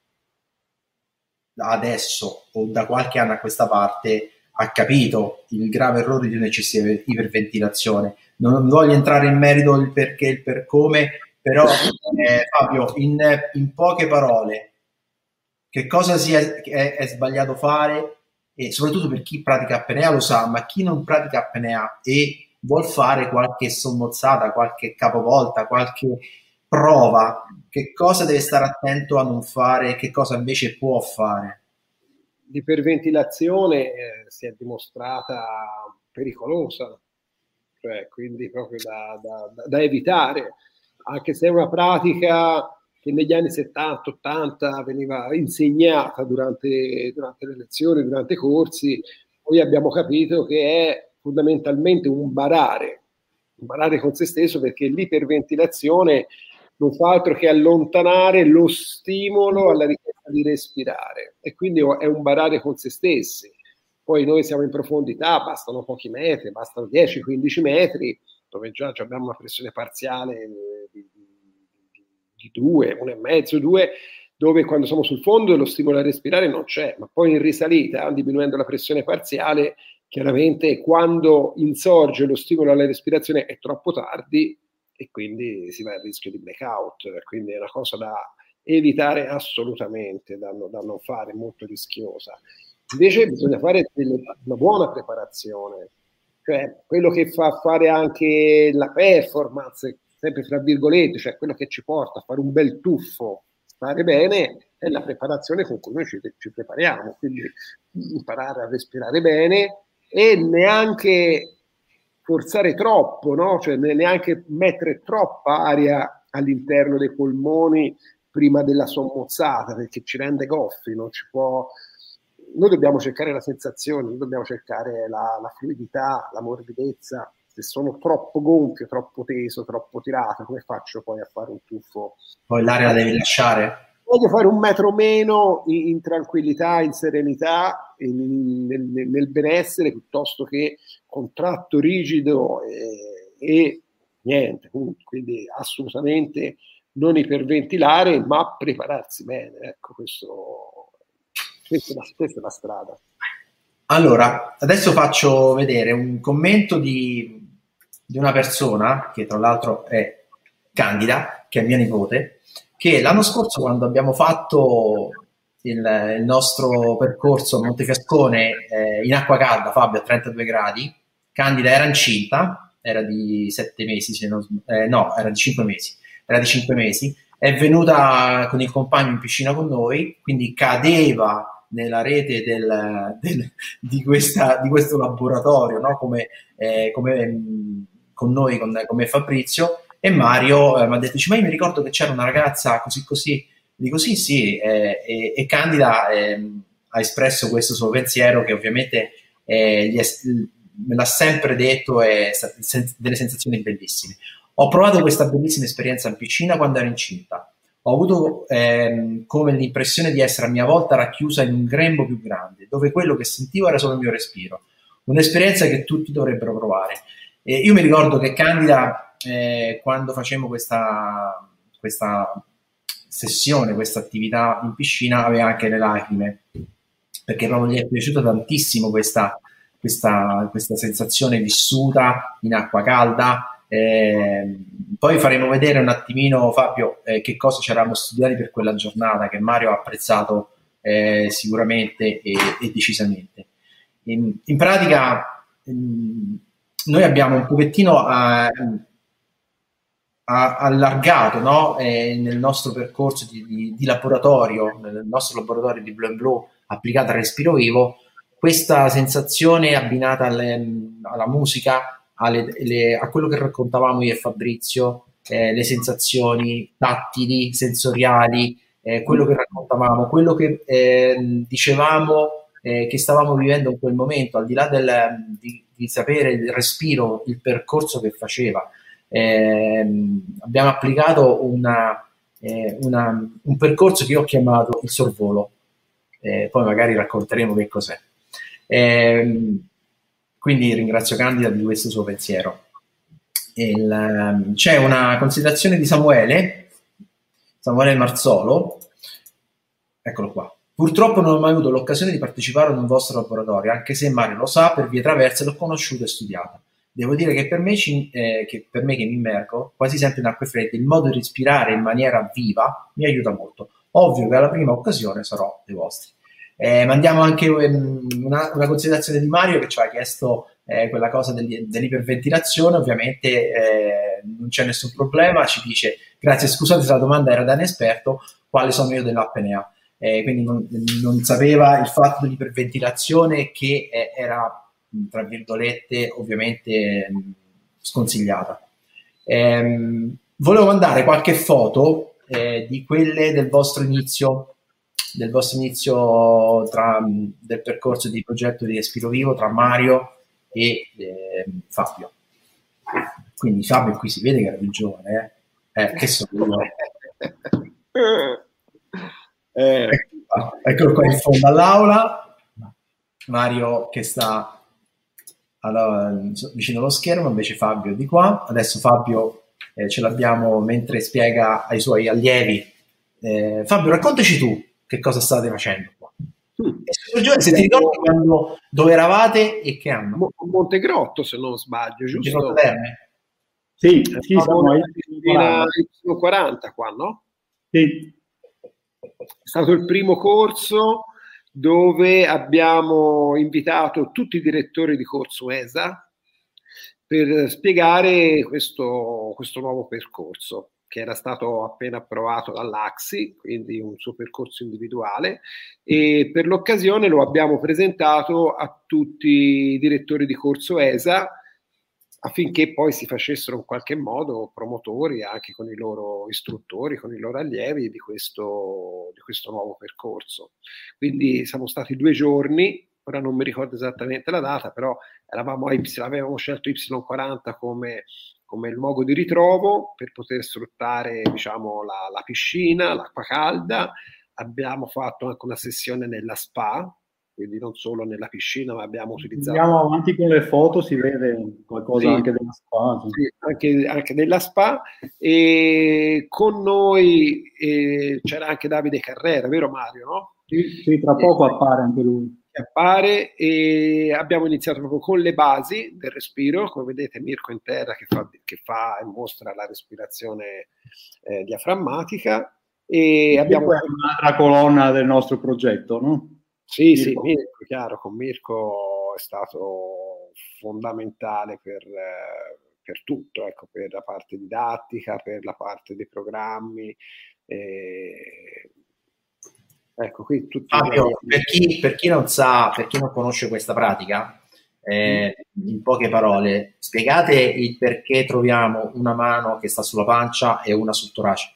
adesso o da qualche anno a questa parte ha capito il grave errore di un'eccessiva iperventilazione. Non voglio entrare in merito il perché, il per come, però eh, Fabio, in, in poche parole, che cosa sia, è, è sbagliato fare, e soprattutto per chi pratica apnea lo sa, ma chi non pratica apnea e vuol fare qualche sommozzata, qualche capovolta, qualche prova, che cosa deve stare attento a non fare e che cosa invece può fare? L'iperventilazione eh, si è dimostrata pericolosa, cioè quindi proprio da, da, da evitare, anche se è una pratica che negli anni settanta ottanta veniva insegnata durante, durante le lezioni, durante i corsi. Poi abbiamo capito che è fondamentalmente un barare, un barare con se stesso, perché l'iperventilazione non fa altro che allontanare lo stimolo alla richiesta di respirare e quindi è un barare con se stessi. Poi noi siamo in profondità, bastano pochi metri, bastano dieci quindici metri, dove già abbiamo una pressione parziale di, di, di due, uno e mezzo, due, dove quando siamo sul fondo lo stimolo a respirare non c'è, ma poi in risalita, diminuendo la pressione parziale, chiaramente quando insorge lo stimolo alla respirazione è troppo tardi e quindi si va al rischio di blackout, quindi è una cosa da evitare assolutamente, da, da non fare, molto rischiosa. Invece bisogna fare delle, una buona preparazione, cioè quello che fa fare anche la performance, sempre tra virgolette, cioè quello che ci porta a fare un bel tuffo, stare bene, è la preparazione con cui noi ci, ci prepariamo, quindi imparare a respirare bene e neanche forzare troppo, no? Cioè neanche mettere troppa aria all'interno dei polmoni prima della sommozzata, perché ci rende goffi, non ci può... Noi dobbiamo cercare la sensazione, noi dobbiamo cercare la, la fluidità, la morbidezza. Se sono troppo gonfio, troppo teso, troppo tirato, come faccio poi a fare un tuffo? Poi l'aria la devi lasciare? Voglio fare un metro meno in, in tranquillità, in serenità, in, nel, nel benessere, piuttosto che contratto rigido e, e niente. Quindi assolutamente non iperventilare, ma prepararsi bene. Ecco, questo, questa, è la, questa è la strada. Allora, adesso faccio vedere un commento di, di una persona, che tra l'altro è Candida, che è mia nipote, che l'anno scorso, quando abbiamo fatto il, il nostro percorso a Montefiascone eh, in acqua calda, Fabio, a trentadue gradi, Candida era incinta, era di sette mesi, se non, eh, no, era di cinque mesi, era di cinque mesi, è venuta con il compagno in piscina con noi, quindi cadeva nella rete del, del, di, questa, di questo laboratorio, no? come, eh, come mh, con noi, con, con me e Fabrizio, e Mario eh, mi ha detto, ma io mi ricordo che c'era una ragazza così così, dico sì sì, eh, e, e Candida eh, ha espresso questo suo pensiero, che ovviamente eh, gli è, me l'ha sempre detto, e sen- delle sensazioni bellissime. Ho provato questa bellissima esperienza in piscina quando ero incinta. Ho avuto ehm, come l'impressione di essere a mia volta racchiusa in un grembo più grande, dove quello che sentivo era solo il mio respiro. Un'esperienza che tutti dovrebbero provare. E io mi ricordo che Candida, eh, quando facemmo questa, questa sessione, questa attività in piscina, aveva anche le lacrime, perché proprio gli è piaciuta tantissimo questa, questa, questa sensazione vissuta in acqua calda. Eh, poi faremo vedere un attimino, Fabio, eh, che cosa ci eravamo studiati per quella giornata, che Mario ha apprezzato eh, sicuramente e, e decisamente. In, in pratica in, noi abbiamo un pochettino eh, allargato, no? eh, nel nostro percorso di, di, di laboratorio, nel nostro laboratorio di Blue and Blue applicato al respiro vivo, questa sensazione abbinata alle, alla musica, Alle, le, a quello che raccontavamo io e Fabrizio, eh, le sensazioni tattili, sensoriali, eh, quello che raccontavamo, quello che eh, dicevamo eh, che stavamo vivendo in quel momento, al di là del, di, di sapere il respiro, il percorso che faceva. Eh, abbiamo applicato una, eh, una, un percorso che io ho chiamato il sorvolo, eh, poi magari racconteremo che cos'è. Eh, Quindi ringrazio Candida di questo suo pensiero. Il, c'è una considerazione di Samuele, Samuele Marzolo, eccolo qua. Purtroppo non ho mai avuto l'occasione di partecipare ad un vostro laboratorio, anche se Mario lo sa, per vie traverse l'ho conosciuto e studiato. Devo dire che per me, eh, che per me che mi immergo quasi sempre in acque fredde, il modo di respirare in maniera viva mi aiuta molto. Ovvio che alla prima occasione sarò dei vostri. Eh, mandiamo anche um, una, una considerazione di Mario, che ci ha chiesto eh, quella cosa degli, dell'iperventilazione. Ovviamente eh, non c'è nessun problema, ci dice grazie, scusate se la domanda era da inesperto, quale sono io dell'apnea, eh, quindi non, non sapeva il fatto dell'iperventilazione, che eh, era tra virgolette ovviamente mh, sconsigliata. Eh, volevo mandare qualche foto eh, di quelle del vostro inizio del vostro inizio tra, del percorso di progetto di Respiro Vivo tra Mario e eh, Fabio. Quindi Fabio qui si vede che era più giovane, eh? Eh, che sono io. Eh, eccolo qua in fondo all'aula, Mario che sta allora, vicino allo schermo, invece Fabio di qua. Adesso Fabio eh, ce l'abbiamo mentre spiega ai suoi allievi. Eh, Fabio, raccontaci tu che cosa state facendo qua. Mm. Se ti ricordi quando, dove eravate e che anno? Montegrotto, se non sbaglio, giusto? Sì, sì, siamo in quaranta qua, no? Sì. È stato il primo corso dove abbiamo invitato tutti i direttori di corso E S A per spiegare questo, questo nuovo percorso, che era stato appena approvato dall'A C S I, quindi un suo percorso individuale, e per l'occasione lo abbiamo presentato a tutti i direttori di corso E S A affinché poi si facessero in qualche modo promotori anche con i loro istruttori, con i loro allievi di questo, di questo nuovo percorso. Quindi siamo stati due giorni, ora non mi ricordo esattamente la data, però eravamo a Y, avevamo scelto Y quaranta come, come il luogo di ritrovo per poter sfruttare, diciamo, la, la piscina, l'acqua calda. Abbiamo fatto anche una sessione nella spa, quindi non solo nella piscina, ma abbiamo utilizzato... Andiamo avanti con le foto, si vede qualcosa sì, anche della spa. Sì. Sì, anche, anche della spa. E con noi eh, c'era anche Davide Carrera, vero Mario? No? Sì, sì, tra poco e, appare anche lui. Appare e abbiamo iniziato proprio con le basi del respiro, come vedete Mirko in terra che fa, che fa e mostra la respirazione eh, diaframmatica. E e abbiamo un'altra colonna del nostro progetto, no? Sì, Mirko. sì, Mirko, chiaro, con Mirko è stato fondamentale per, eh, per tutto, ecco, per la parte didattica, per la parte dei programmi. Eh, ecco, qui tutti Fabio, per chi, per chi non sa, per chi non conosce questa pratica, eh, in poche parole, spiegate il perché troviamo una mano che sta sulla pancia e una sul torace.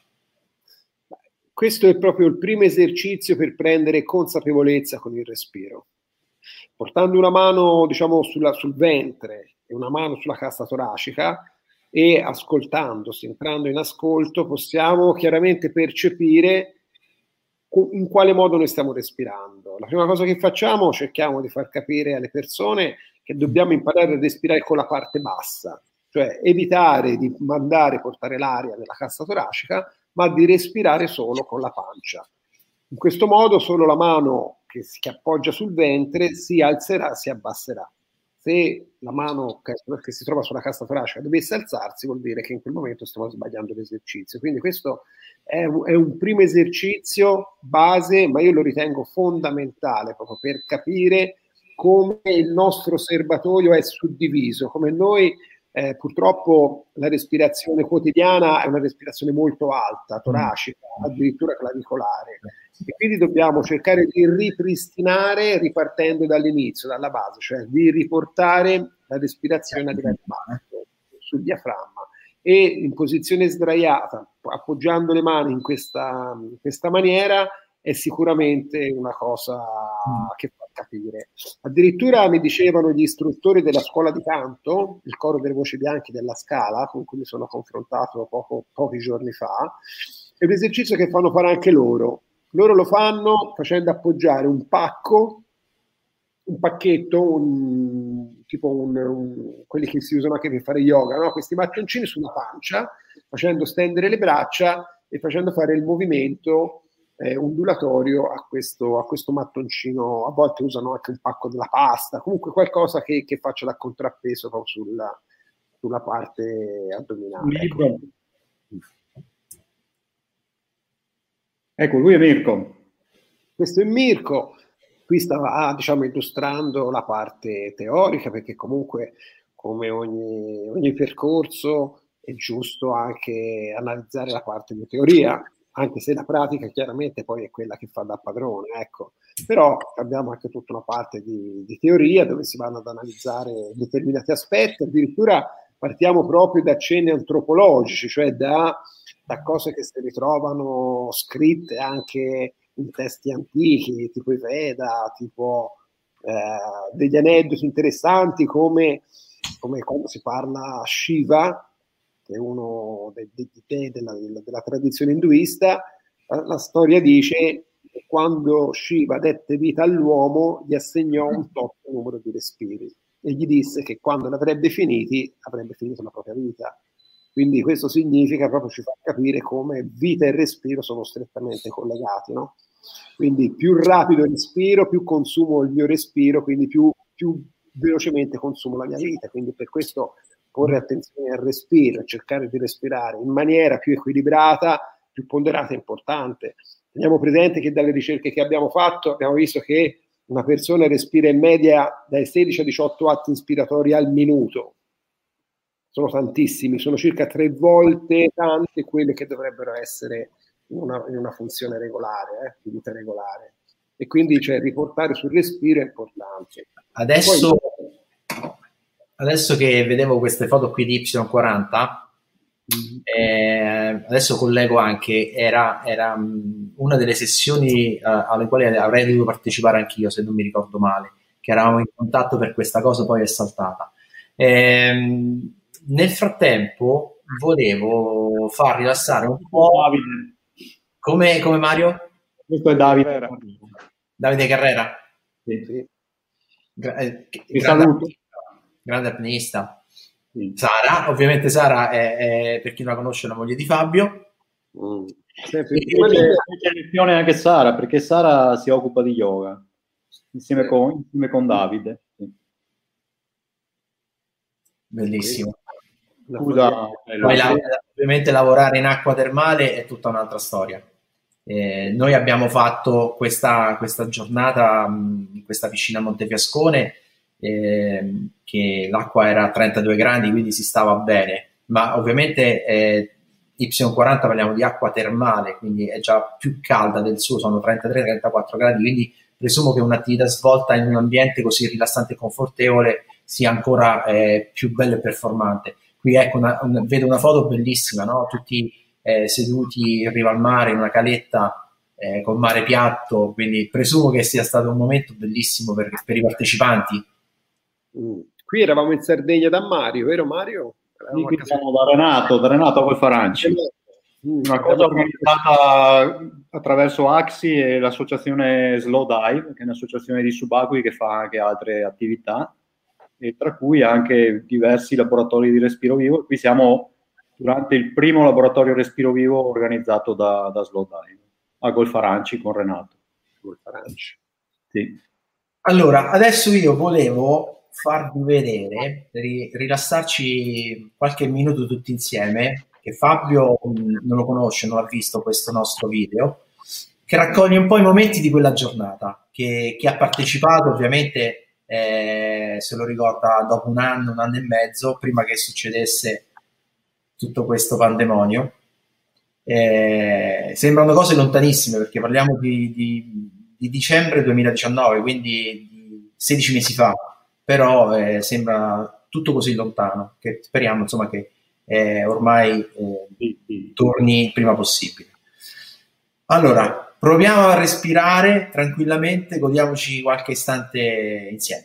Questo è proprio il primo esercizio per prendere consapevolezza con il respiro. Portando una mano, diciamo, sulla, sul ventre e una mano sulla cassa toracica e ascoltandosi, entrando in ascolto, possiamo chiaramente percepire in quale modo noi stiamo respirando. La prima cosa che facciamo, cerchiamo di far capire alle persone che dobbiamo imparare a respirare con la parte bassa, cioè evitare di mandare, portare l'aria nella cassa toracica, ma di respirare solo con la pancia. In questo modo solo la mano che si appoggia sul ventre si alzerà, si abbasserà. Se la mano che, che si trova sulla cassa toracica dovesse alzarsi, vuol dire che in quel momento stiamo sbagliando l'esercizio. Quindi questo è un, è un primo esercizio base, ma io lo ritengo fondamentale proprio per capire come il nostro serbatoio è suddiviso, come noi Eh, purtroppo la respirazione quotidiana è una respirazione molto alta, toracica, addirittura clavicolare, e quindi dobbiamo cercare di ripristinare ripartendo dall'inizio, dalla base, cioè di riportare la respirazione a livello basso sul diaframma e in posizione sdraiata, appoggiando le mani in questa, in questa maniera, è sicuramente una cosa che fa capire. Addirittura mi dicevano gli istruttori della scuola di canto, il coro delle voci bianche della Scala, con cui mi sono confrontato poco, pochi giorni fa, è un esercizio che fanno fare anche loro. Loro lo fanno facendo appoggiare un pacco, un pacchetto, un, tipo un, un, quelli che si usano anche per fare yoga, no? Questi mattoncini sulla pancia, facendo stendere le braccia e facendo fare il movimento Eh, ondulatorio a questo, a questo mattoncino. A volte usano anche un pacco della pasta, comunque qualcosa che, che faccia da contrappeso proprio sulla, sulla parte addominale. Mirko. Ecco, lui è Mirko. Questo è Mirko. Qui stava, diciamo, illustrando la parte teorica, perché comunque, come ogni, ogni percorso, è giusto anche analizzare la parte di teoria, anche se la pratica chiaramente poi è quella che fa da padrone, ecco. Però abbiamo anche tutta una parte di, di teoria dove si vanno ad analizzare determinati aspetti, addirittura partiamo proprio da cenni antropologici, cioè da, da cose che si ritrovano scritte anche in testi antichi, tipo i Veda, tipo eh, degli aneddoti interessanti come, come quando si parla a Shiva, che è uno dei dei della, della, della tradizione induista. La, la storia dice che quando Shiva dette vita all'uomo gli assegnò un tot numero di respiri e gli disse che quando l'avrebbe finiti avrebbe finito la propria vita. Quindi questo significa, proprio ci fa capire come vita e respiro sono strettamente collegati, no? Quindi più rapido il respiro, più consumo il mio respiro, quindi più, più velocemente consumo la mia vita. Quindi per questo porre attenzione al respiro, cercare di respirare in maniera più equilibrata, più ponderata è importante. Teniamo presente che dalle ricerche che abbiamo fatto abbiamo visto che una persona respira in media dai sedici a diciotto atti ispiratori al minuto. Sono tantissimi, sono circa tre volte tante quelle che dovrebbero essere in una, in una funzione regolare, eh, di vita regolare. E quindi, cioè, riportare sul respiro è importante. Adesso... Poi, adesso che vedevo queste foto qui di Y quaranta, mm-hmm. eh, adesso collego anche, era, era um, una delle sessioni uh, alle quali avrei dovuto partecipare anch'io, se non mi ricordo male, che eravamo in contatto per questa cosa, poi è saltata. Eh, nel frattempo volevo far rilassare un po'... Come, come Mario? Questo è Davide. Davide Carrera. Sì, sì. Gra- eh, Ti grande, saluto. grande apnista. Sì. Sara, ovviamente Sara è, è, per chi non la conosce, la moglie di Fabio. Mm. C'è lezione anche Sara, perché Sara si occupa di yoga insieme con, insieme con Davide. Sì. Bellissimo. Scusa, poi la, ovviamente lavorare in acqua termale è tutta un'altra storia. Eh, noi abbiamo fatto questa, questa giornata mh, in questa piscina a Montefiascone, eh, che l'acqua era a trentadue gradi, quindi si stava bene, ma ovviamente eh, Y quaranta parliamo di acqua termale, quindi è già più calda del suo, sono trentatré trentaquattro gradi, quindi presumo che un'attività svolta in un ambiente così rilassante e confortevole sia ancora eh, più bello e performante. Qui ecco, una, una, vedo una foto bellissima, no? Tutti eh, seduti in riva al mare in una caletta eh, col mare piatto, quindi presumo che sia stato un momento bellissimo per, per i partecipanti. Mm. Qui eravamo in Sardegna da Mario, vero Mario? Sì, qui siamo da Renato, da Renato Colfaranci. Mm. Una cosa organizzata attraverso Axi e l'associazione Slow Dive, che è un'associazione di subacquei che fa anche altre attività, e tra cui anche diversi laboratori di respiro vivo. Qui siamo durante il primo laboratorio respiro vivo organizzato da, da Slow Dive a Golfaranci con Renato. Golfaranci. Sì. Allora, adesso io volevo farvi vedere, ri- rilassarci qualche minuto tutti insieme, che Fabio mh, non lo conosce, non ha visto questo nostro video, che raccoglie un po' i momenti di quella giornata, che chi ha partecipato ovviamente Eh, se lo ricorda dopo un anno, un anno e mezzo, prima che succedesse tutto questo pandemonio. Eh, sembrano cose lontanissime, perché parliamo di, di, di dicembre duemiladiciannove, quindi di sedici mesi fa, però eh, sembra tutto così lontano, che speriamo insomma che eh, ormai eh, torni il prima possibile. Allora, proviamo a respirare tranquillamente, godiamoci qualche istante insieme.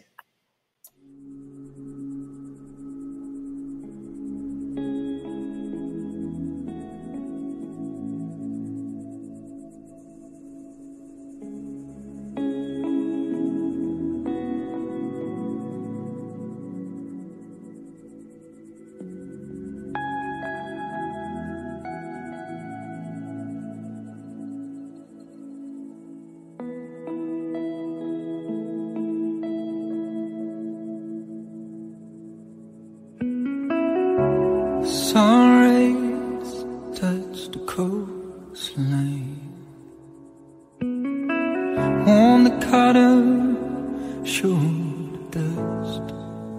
Sun rays touch the coastline, on the cotton showed the dust.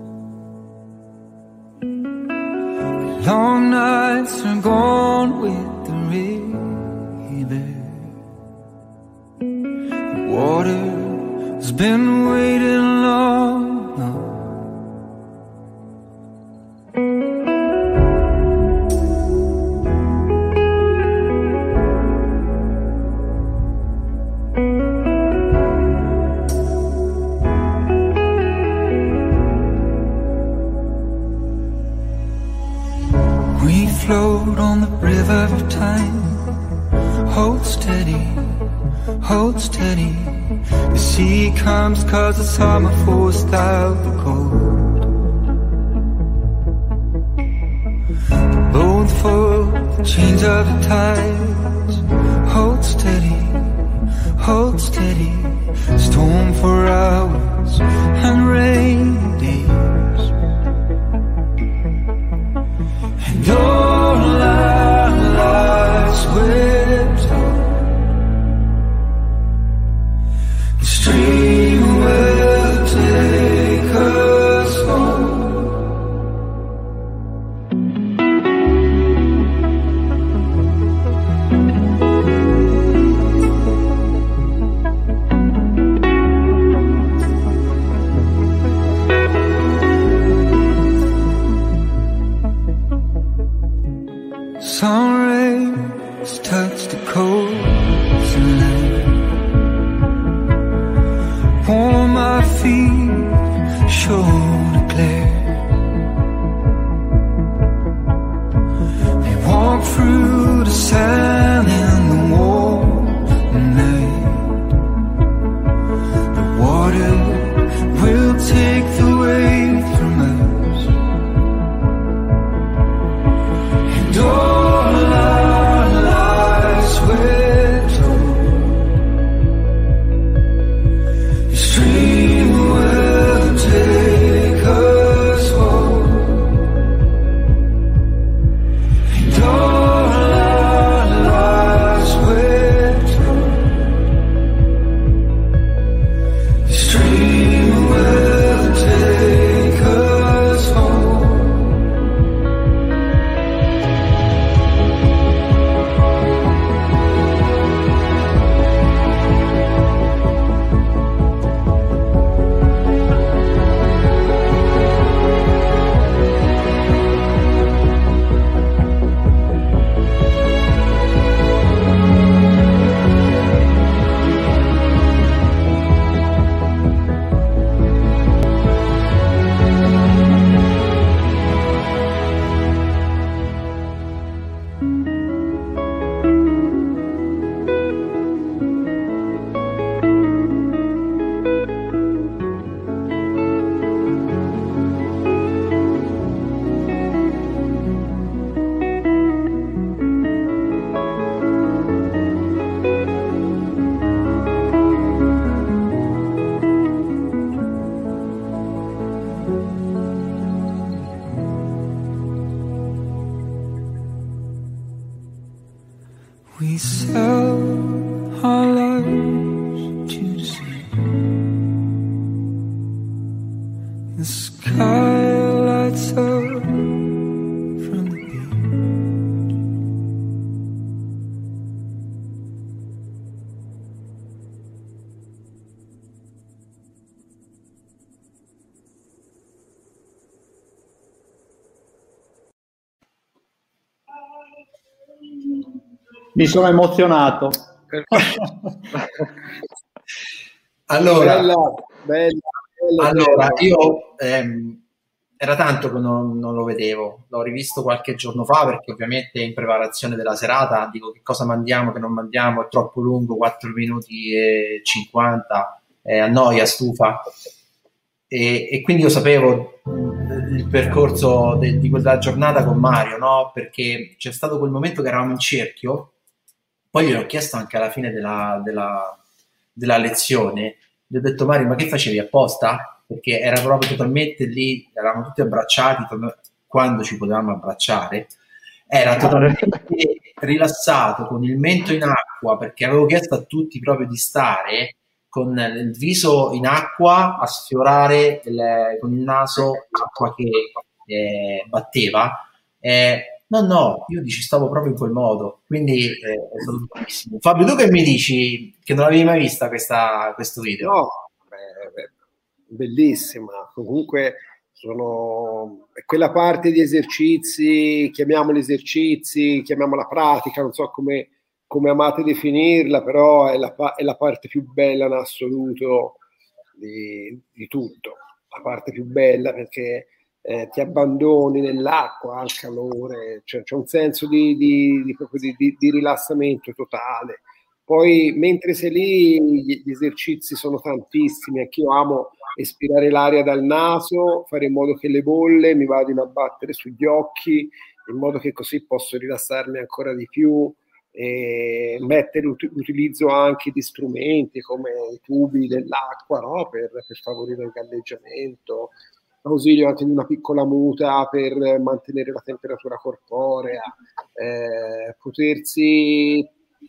Long nights are gone with the river. The water has been waiting long, long. Float on the river of time. Hold steady, hold steady. The sea comes cause the summer forced out the cold. Both full, the chains of the tides. Hold steady, hold steady. Storm for hours and rain days. And all our lives we're told, the stream will take us home. sun rays touch the coast and land. Warm my feet, show the glare. We walk through the sand and the warm night. The water will take the weight from us, and all our lives we're told the stream will take us home, and all our lives we're told the stream will take us home. We sell our lives to the sea. The sky lights up from the beach. Mi sono emozionato. Allora, Bella, bella, bella, allora bella. io ehm, era tanto che non, non lo vedevo, l'ho rivisto qualche giorno fa perché ovviamente in preparazione della serata dico che cosa mandiamo, che non mandiamo, è troppo lungo, quattro minuti e cinquanta, eh, annoia, stufa. E, e quindi io sapevo mh, il percorso de- di quella giornata con Mario, no? Perché c'è stato quel momento che eravamo in cerchio, poi gliel'ho chiesto anche alla fine della, della, della lezione, gli ho detto Mario, ma che facevi apposta? Perché era proprio totalmente lì, eravamo tutti abbracciati to- quando ci potevamo abbracciare, era totalmente rilassato con il mento in acqua perché avevo chiesto a tutti proprio di stare con il viso in acqua a sfiorare il- con il naso l'acqua che eh, batteva. Eh, no, no, io ci stavo proprio in quel modo, quindi eh, è stato bellissimo. Fabio, tu che mi dici che non avevi mai vista questa, questo video? No, beh, beh, bellissima. Comunque sono è quella parte di esercizi, chiamiamoli esercizi, chiamiamola pratica, non so come, come amate definirla, però è la, pa- è la parte più bella in assoluto di, di tutto. La parte più bella perché eh, ti abbandoni nell'acqua al calore, cioè, c'è un senso di, di, di, proprio di, di, di rilassamento totale. Poi mentre sei lì gli, gli esercizi sono tantissimi, anch'io amo espirare l'aria dal naso, fare in modo che le bolle mi vadano a battere sugli occhi, in modo che così posso rilassarmi ancora di più, e mettere ut- utilizzo anche di strumenti come i tubi dell'acqua, no? per, per favorire il galleggiamento, ausilio anche di una piccola muta per mantenere la temperatura corporea, eh, potersi...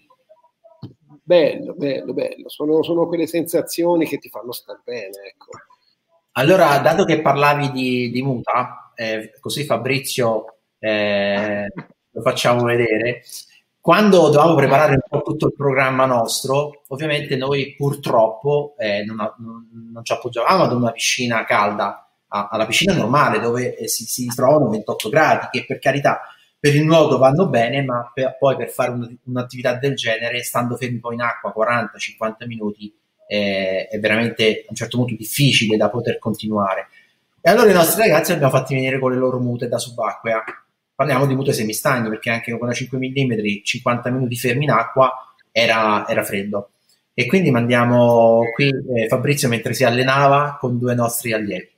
Bello, bello, bello. Sono, sono quelle sensazioni che ti fanno star bene, ecco. Allora, dato che parlavi di, di muta, eh, così Fabrizio eh, lo facciamo vedere. Quando dovevamo preparare un po' tutto il programma nostro, ovviamente noi purtroppo eh, non, non, non ci appoggiavamo ad una piscina calda, a, alla piscina normale dove eh, si, si trovano ventotto gradi, che per carità per il nuoto vanno bene, ma per, poi per fare un, un'attività del genere, stando fermi poi in acqua quaranta cinquanta minuti, eh, è veramente a un certo punto difficile da poter continuare. E allora i nostri ragazzi li abbiamo fatti venire con le loro mute da subacquea. Parliamo di mute semistagni, perché anche con la cinque millimetri, cinquanta minuti fermi in acqua, era, era freddo. E quindi mandiamo qui eh, Fabrizio mentre si allenava con due nostri allievi.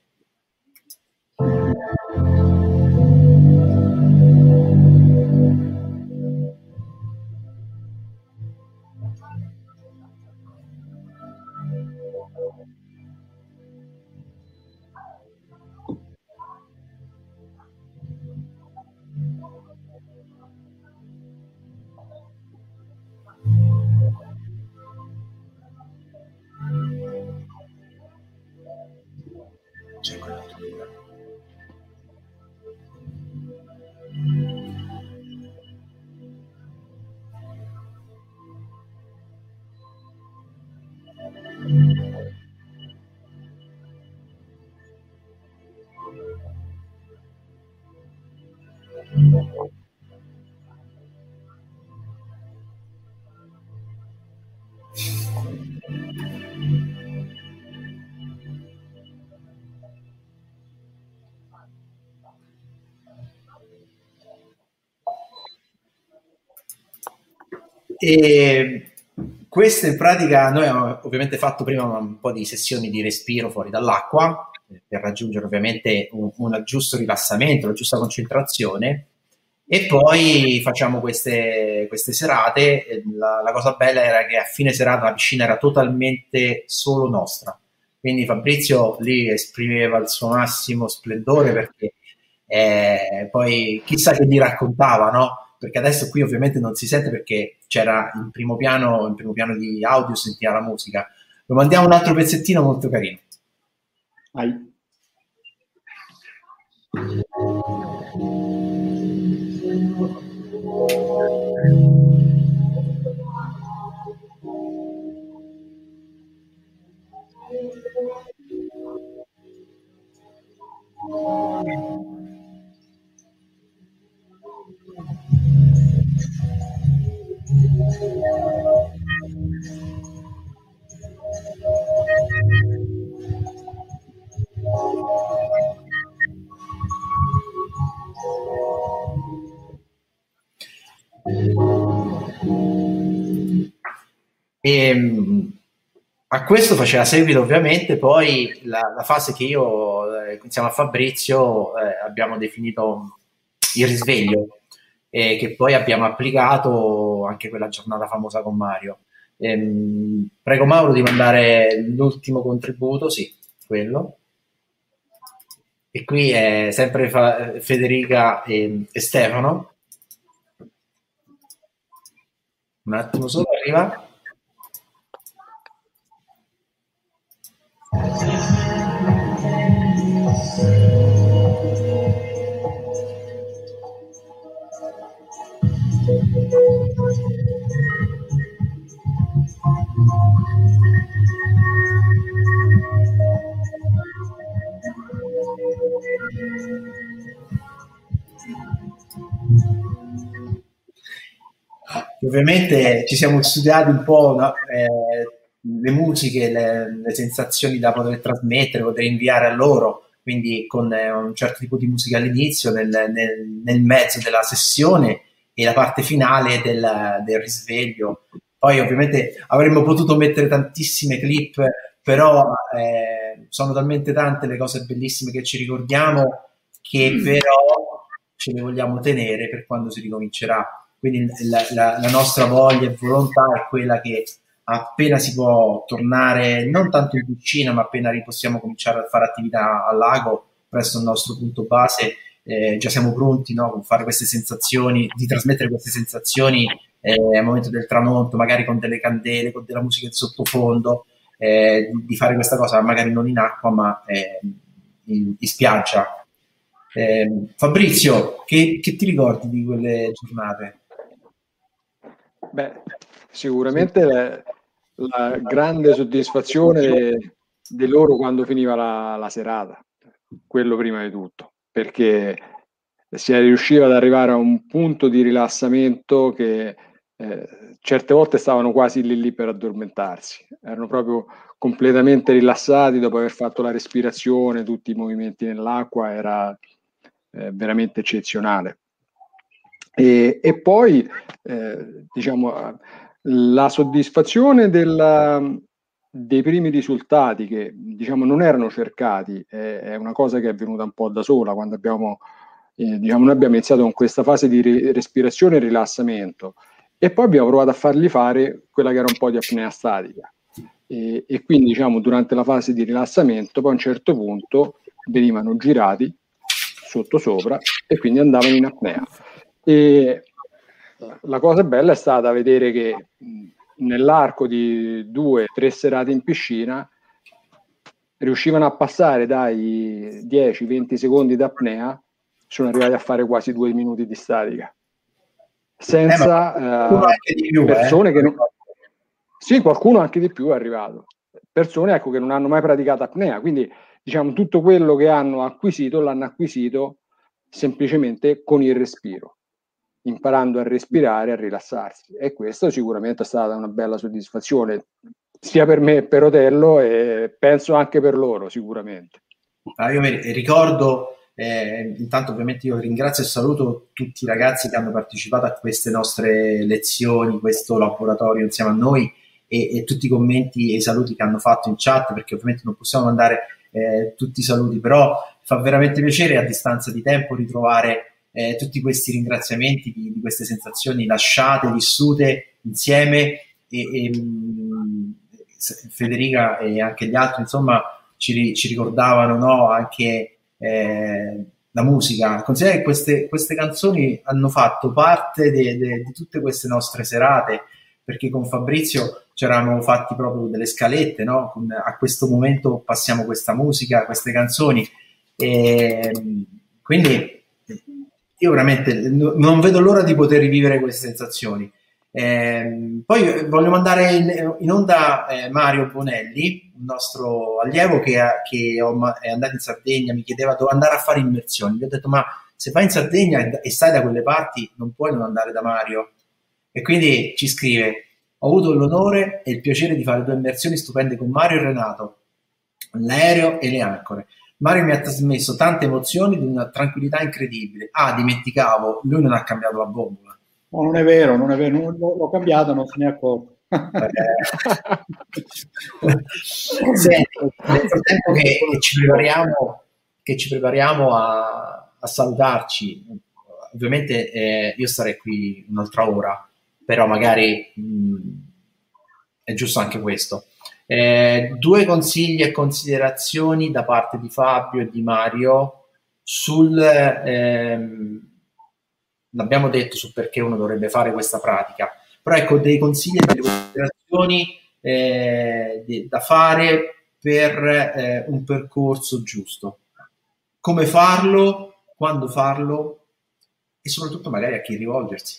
C'è quella turbina. E questo in pratica noi abbiamo ovviamente fatto prima un po' di sessioni di respiro fuori dall'acqua per raggiungere ovviamente un, un giusto rilassamento, la giusta concentrazione, e poi facciamo queste, queste serate. La, la cosa bella era che a fine serata la piscina era totalmente solo nostra, quindi Fabrizio lì esprimeva il suo massimo splendore, perché eh, poi chissà che gli raccontava, no? Perché adesso qui ovviamente non si sente perché c'era in primo piano, in primo piano di audio, sentiva la musica. Lo mandiamo un altro pezzettino molto carino. Vai. E a questo faceva seguito ovviamente poi la, la fase che io eh, insieme a Fabrizio eh, abbiamo definito il risveglio, e che poi abbiamo applicato anche quella giornata famosa con Mario. Ehm, prego Mauro di mandare l'ultimo contributo, sì, quello. E qui è sempre fa- Federica e, e Stefano. Un attimo solo, arriva. Ovviamente ci siamo studiati un po', no? eh, le musiche, le, le sensazioni da poter trasmettere, poter inviare a loro, quindi con eh, un certo tipo di musica all'inizio, nel, nel, nel mezzo della sessione e la parte finale del, del risveglio. Poi ovviamente avremmo potuto mettere tantissime clip, però eh, sono talmente tante le cose bellissime che ci ricordiamo, che però ce le vogliamo tenere per quando si ricomincerà. Quindi la, la, la nostra voglia e volontà è quella che appena si può tornare, non tanto in piscina, ma appena possiamo cominciare a fare attività al lago presso il nostro punto base, eh, già siamo pronti, no, a fare queste sensazioni, di trasmettere queste sensazioni eh, al momento del tramonto, magari con delle candele, con della musica in sottofondo, eh, di, di fare questa cosa magari non in acqua, ma eh, in, in spiaggia. Eh, Fabrizio, che, che ti ricordi di quelle giornate? Beh, sicuramente la, la grande soddisfazione di loro quando finiva la, la serata, quello prima di tutto, perché si riusciva ad arrivare a un punto di rilassamento che eh, certe volte stavano quasi lì lì per addormentarsi, erano proprio completamente rilassati dopo aver fatto la respirazione, tutti i movimenti nell'acqua, era eh, veramente eccezionale. E, e poi eh, diciamo la soddisfazione della, dei primi risultati, che diciamo non erano cercati, è, è una cosa che è venuta un po' da sola quando abbiamo eh, diciamo noi abbiamo iniziato con questa fase di ri- respirazione e rilassamento, e poi abbiamo provato a fargli fare quella che era un po' di apnea statica, e, e quindi diciamo durante la fase di rilassamento poi a un certo punto venivano girati sotto sopra e quindi andavano in apnea. E la cosa bella è stata vedere che nell'arco di due o tre serate in piscina riuscivano a passare dai dieci venti secondi d'apnea, sono arrivati a fare quasi due minuti di statica senza eh, anche di più, persone eh. che non... sì, qualcuno anche di più è arrivato, persone ecco che non hanno mai praticato apnea, quindi diciamo tutto quello che hanno acquisito l'hanno acquisito semplicemente con il respiro, imparando a respirare, a rilassarsi, e questo sicuramente è stata una bella soddisfazione sia per me e per Otello, e penso anche per loro sicuramente. Ah, io mi ricordo eh, intanto ovviamente io ringrazio e saluto tutti i ragazzi che hanno partecipato a queste nostre lezioni, questo laboratorio insieme a noi, e, e tutti i commenti e i saluti che hanno fatto in chat, perché ovviamente non possiamo mandare eh, tutti i saluti, però fa veramente piacere a distanza di tempo ritrovare Eh, tutti questi ringraziamenti di, di queste sensazioni lasciate, vissute insieme, e, e mh, Federica e anche gli altri insomma ci, ci ricordavano, no, anche eh, la musica. Considera che queste, queste canzoni hanno fatto parte de, de, di tutte queste nostre serate, perché con Fabrizio ci eravamo fatti proprio delle scalette, no? Con, a questo momento passiamo questa musica, queste canzoni, e quindi io veramente non vedo l'ora di poter rivivere queste sensazioni. Eh, poi voglio mandare in, in onda eh, Mario Bonelli, un nostro allievo che, ha, che ho, è andato in Sardegna, mi chiedeva dove andare a fare immersioni. Gli ho detto: ma se vai in Sardegna e, e stai da quelle parti non puoi non andare da Mario. E quindi ci scrive: ho avuto l'onore e il piacere di fare due immersioni stupende con Mario e Renato, l'aereo e le ancore. Mario mi ha trasmesso tante emozioni di una tranquillità incredibile. Ah, dimenticavo, lui non ha cambiato la bombola. No, non è vero, non è vero, non, l'ho cambiato, non se ne è accorto. Senti, nel frattempo che, che ci prepariamo, che ci prepariamo a, a salutarci, ovviamente eh, io starei qui un'altra ora, però magari mh, è giusto anche questo. Eh, due consigli e considerazioni da parte di Fabio e di Mario sul ehm, l'abbiamo detto su perché uno dovrebbe fare questa pratica, però ecco dei consigli e delle considerazioni eh, di, da fare per eh, un percorso giusto, come farlo, quando farlo e soprattutto magari a chi rivolgersi.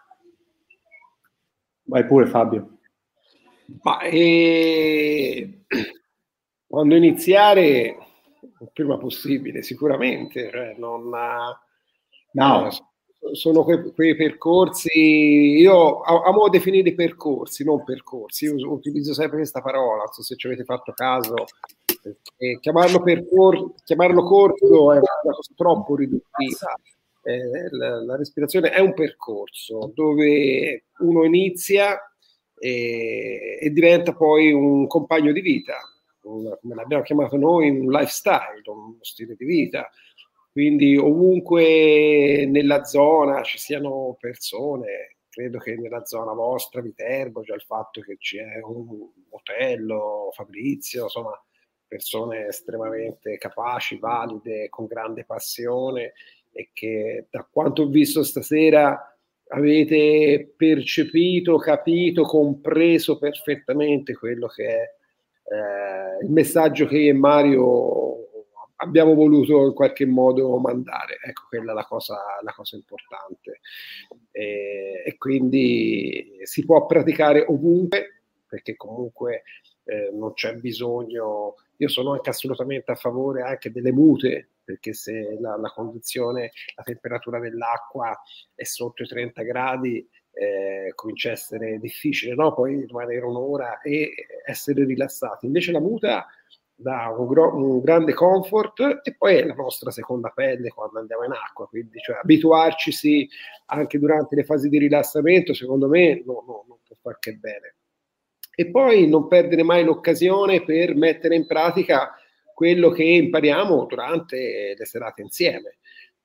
Vai pure Fabio. Ma eh, quando iniziare il prima possibile, sicuramente, cioè non, no. eh, sono que- quei percorsi, io amo definire percorsi, non percorsi, io utilizzo sempre questa parola, non so se ci avete fatto caso, eh, chiamarlo, percor- chiamarlo corso è una cosa troppo riduttiva. Eh, la, la respirazione è un percorso dove uno inizia E, e diventa poi un compagno di vita, un, come l'abbiamo chiamato noi, un lifestyle, uno stile di vita. Quindi ovunque nella zona ci siano persone, credo che nella zona vostra, Viterbo, già il fatto che c'è un Otello, Fabrizio, insomma persone estremamente capaci, valide, con grande passione, e che da quanto ho visto stasera avete percepito, capito, compreso perfettamente quello che è eh, il messaggio che io e Mario abbiamo voluto in qualche modo mandare. Ecco, quella è la cosa, la cosa importante. E, e quindi si può praticare ovunque, perché comunque eh, non c'è bisogno. Io sono anche assolutamente a favore anche delle mute, perché se la, la condizione, la temperatura dell'acqua è sotto i trenta gradi, eh, comincia a essere difficile, no? Poi rimanere un'ora e essere rilassati. Invece la muta dà un, gro- un grande comfort, e poi è la nostra seconda pelle quando andiamo in acqua, quindi cioè, abituarcisi anche durante le fasi di rilassamento, secondo me no, no, non può far che bene. E poi non perdere mai l'occasione per mettere in pratica quello che impariamo durante le serate insieme,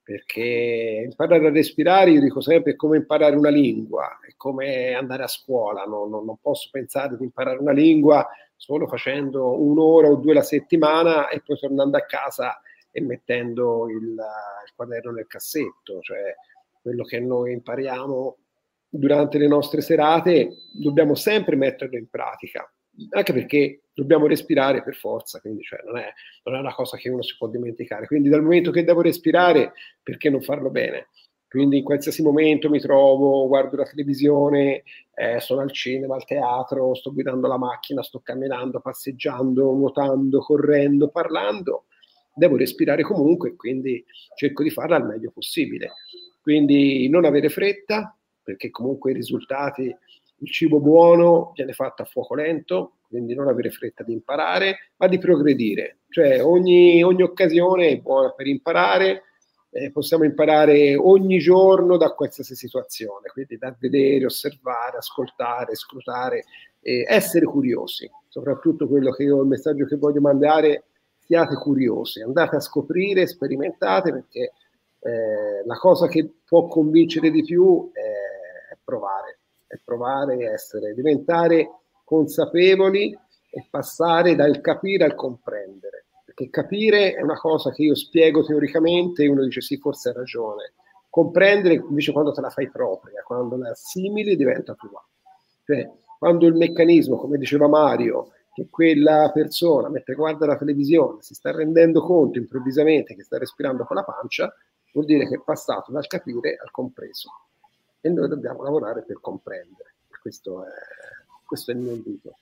perché imparare a respirare, io dico sempre, è come imparare una lingua, è come andare a scuola. No, no, non posso pensare di imparare una lingua solo facendo un'ora o due la settimana e poi tornando a casa e mettendo il, il quaderno nel cassetto. Cioè, quello che noi impariamo durante le nostre serate dobbiamo sempre metterlo in pratica, anche perché dobbiamo respirare per forza, quindi cioè, non, è, non è una cosa che uno si può dimenticare. Quindi dal momento che devo respirare, perché non farlo bene? Quindi in qualsiasi momento mi trovo, guardo la televisione, eh, sono al cinema, al teatro, sto guidando la macchina, sto camminando, passeggiando, nuotando, correndo, parlando, devo respirare comunque, quindi cerco di farla al meglio possibile. Quindi non avere fretta, perché comunque i risultati, il cibo buono viene fatto a fuoco lento, quindi non avere fretta di imparare, ma di progredire. Cioè ogni, ogni occasione è buona per imparare. Eh, possiamo imparare ogni giorno da qualsiasi situazione, quindi da vedere, osservare, ascoltare, scrutare, eh, essere curiosi. Soprattutto quello che io, il messaggio che voglio mandare: siate curiosi, andate a scoprire, sperimentate, perché eh, la cosa che può convincere di più è, è provare, è provare, essere, diventare consapevoli e passare dal capire al comprendere. Perché capire è una cosa che io spiego teoricamente e uno dice sì, forse hai ragione. Comprendere invece quando te la fai propria, quando la assimili, diventa tua. Cioè, quando il meccanismo, come diceva Mario, che quella persona, mentre guarda la televisione, si sta rendendo conto improvvisamente che sta respirando con la pancia, vuol dire che è passato dal capire al compreso. E noi dobbiamo lavorare per comprendere. Questo è, questo è il mio invito.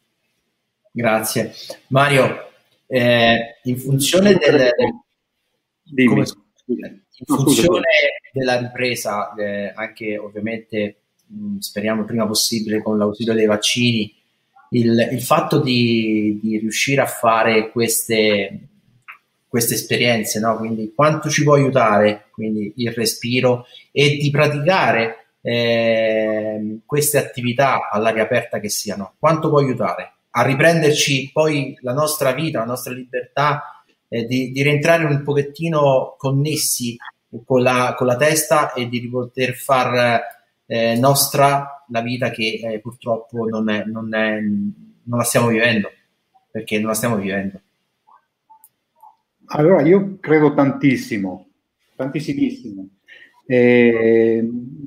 Grazie. Mario, Eh, in funzione, del, come, in funzione della ripresa, eh, anche ovviamente mh, speriamo il prima possibile con l'ausilio dei vaccini, il, il fatto di, di riuscire a fare queste, queste esperienze, no? Quindi quanto ci può aiutare, quindi il respiro, e di praticare eh, queste attività all'aria aperta che siano, quanto può aiutare a riprenderci poi la nostra vita, la nostra libertà, eh, di, di rientrare un pochettino connessi con la, con la testa e di poter far eh, nostra la vita che eh, purtroppo non, è, non, è, non la stiamo vivendo, perché non la stiamo vivendo. Allora, io credo tantissimo, tantissimissimo. E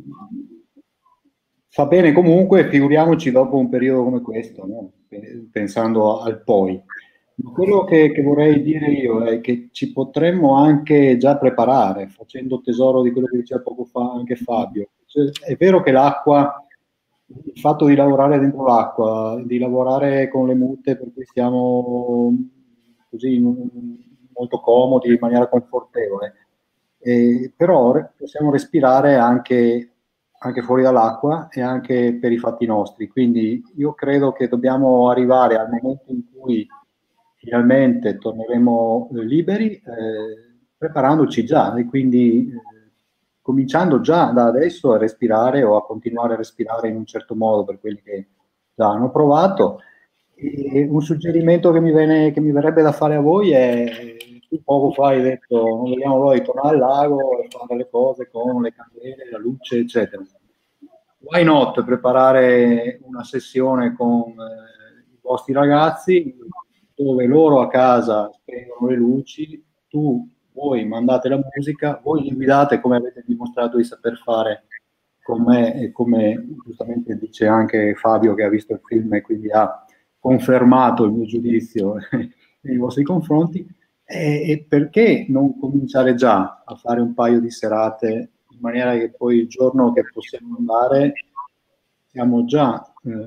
fa bene comunque, figuriamoci dopo un periodo come questo, no? Pensando al poi. Quello che, che vorrei dire io è che ci potremmo anche già preparare, facendo tesoro di quello che diceva poco fa anche Fabio. Cioè, è vero che l'acqua, il fatto di lavorare dentro l'acqua, di lavorare con le mute per cui siamo così molto comodi, in maniera confortevole, eh, però possiamo respirare anche anche fuori dall'acqua e anche per i fatti nostri. Quindi io credo che dobbiamo arrivare al momento in cui finalmente torneremo liberi, eh, preparandoci già, e quindi eh, cominciando già da adesso a respirare o a continuare a respirare in un certo modo per quelli che già hanno provato. E un suggerimento che mi, viene, che mi verrebbe da fare a voi è: tu poco fa hai detto non vediamo l'ora di tornare al lago e fare le cose con le candele, la luce, eccetera. Why not preparare una sessione con eh, i vostri ragazzi dove loro a casa spengono le luci, tu, voi mandate la musica, voi li guidate come avete dimostrato di saper fare con me, e come giustamente dice anche Fabio, che ha visto il film e quindi ha confermato il mio giudizio nei vostri confronti. E, e perché non cominciare già a fare un paio di serate, in maniera che poi il giorno che possiamo andare siamo già eh,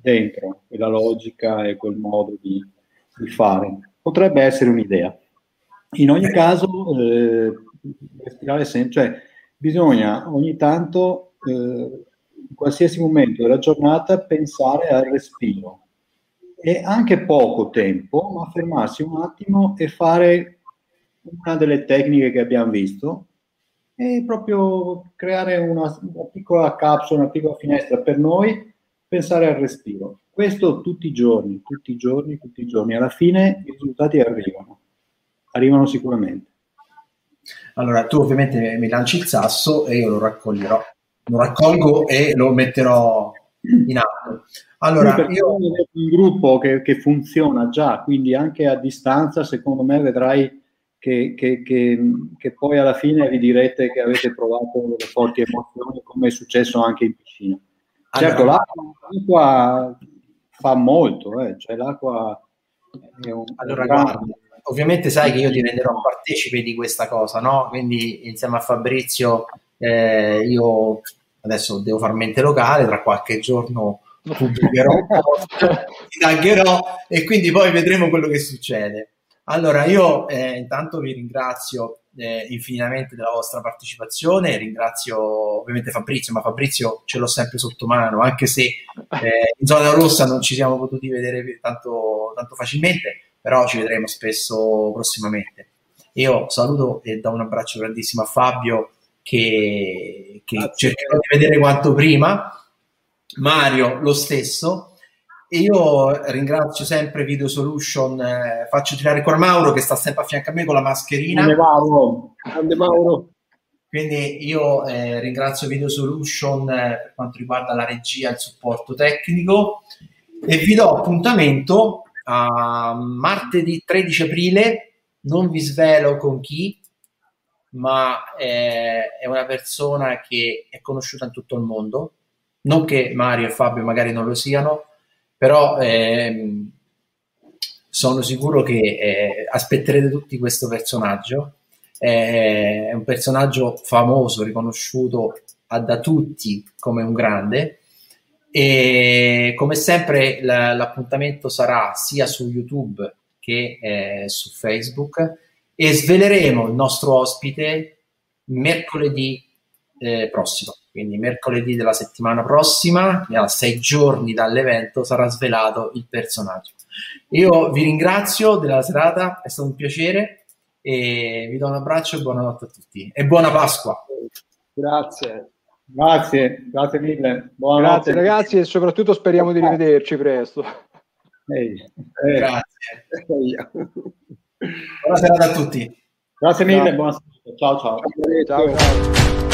dentro, quella logica e quel modo di, di fare. Potrebbe essere un'idea. In ogni caso, eh, respirare sempre, cioè bisogna ogni tanto, eh, in qualsiasi momento della giornata, pensare al respiro. E anche poco tempo, ma fermarsi un attimo e fare una delle tecniche che abbiamo visto, e proprio creare una, una piccola capsula, una piccola finestra per noi, pensare al respiro. Questo tutti i giorni, tutti i giorni, tutti i giorni. Alla fine i risultati arrivano, arrivano sicuramente. Allora, tu ovviamente mi lanci il sasso e io lo raccoglierò, lo raccolgo e lo metterò in atto. Allora, sì, io ho un gruppo che, che funziona già, quindi anche a distanza, secondo me, vedrai Che, che, che, che poi alla fine vi direte che avete provato delle forti emozioni, come è successo anche in piscina. Certo, allora, l'acqua, l'acqua fa molto, eh, cioè l'acqua è un, allora, guarda, ovviamente sai che io ti renderò partecipe di questa cosa, no? Quindi insieme a Fabrizio eh, io adesso devo far mente locale, tra qualche giorno pubblicherò, ti taggerò e quindi poi vedremo quello che succede. Allora, io eh, intanto vi ringrazio eh, infinitamente della vostra partecipazione, ringrazio ovviamente Fabrizio, ma Fabrizio ce l'ho sempre sotto mano, anche se eh, in zona rossa non ci siamo potuti vedere tanto, tanto facilmente, però ci vedremo spesso prossimamente. Io saluto e do un abbraccio grandissimo a Fabio, che, che cercherò di vedere quanto prima, Mario lo stesso. E io ringrazio sempre Video Solution, eh, faccio tirare qua Mauro che sta sempre a fianco a me con la mascherina. Grande Mauro. Grande Mauro. Quindi io eh, ringrazio Video Solution eh, per quanto riguarda la regia e il supporto tecnico e vi do appuntamento a martedì tredici aprile, non vi svelo con chi, ma eh, è una persona che è conosciuta in tutto il mondo, non che Mario e Fabio magari non lo siano, però ehm, sono sicuro che eh, aspetterete tutti questo personaggio. Eh, è un personaggio famoso, riconosciuto da tutti come un grande, e come sempre la, l'appuntamento sarà sia su YouTube che eh, su Facebook, e sveleremo il nostro ospite mercoledì eh, prossimo. Quindi mercoledì della settimana prossima, a sei giorni dall'evento, sarà svelato il personaggio. Io vi ringrazio della serata, è stato un piacere e vi do un abbraccio e buonanotte a tutti. E buona Pasqua. Grazie. Grazie, grazie mille. Buonanotte. Grazie ragazzi e soprattutto speriamo di rivederci presto. Ehi, eh. Grazie. Buona serata a tutti. Grazie mille, buona serata. Ciao ciao. Ciao, ciao.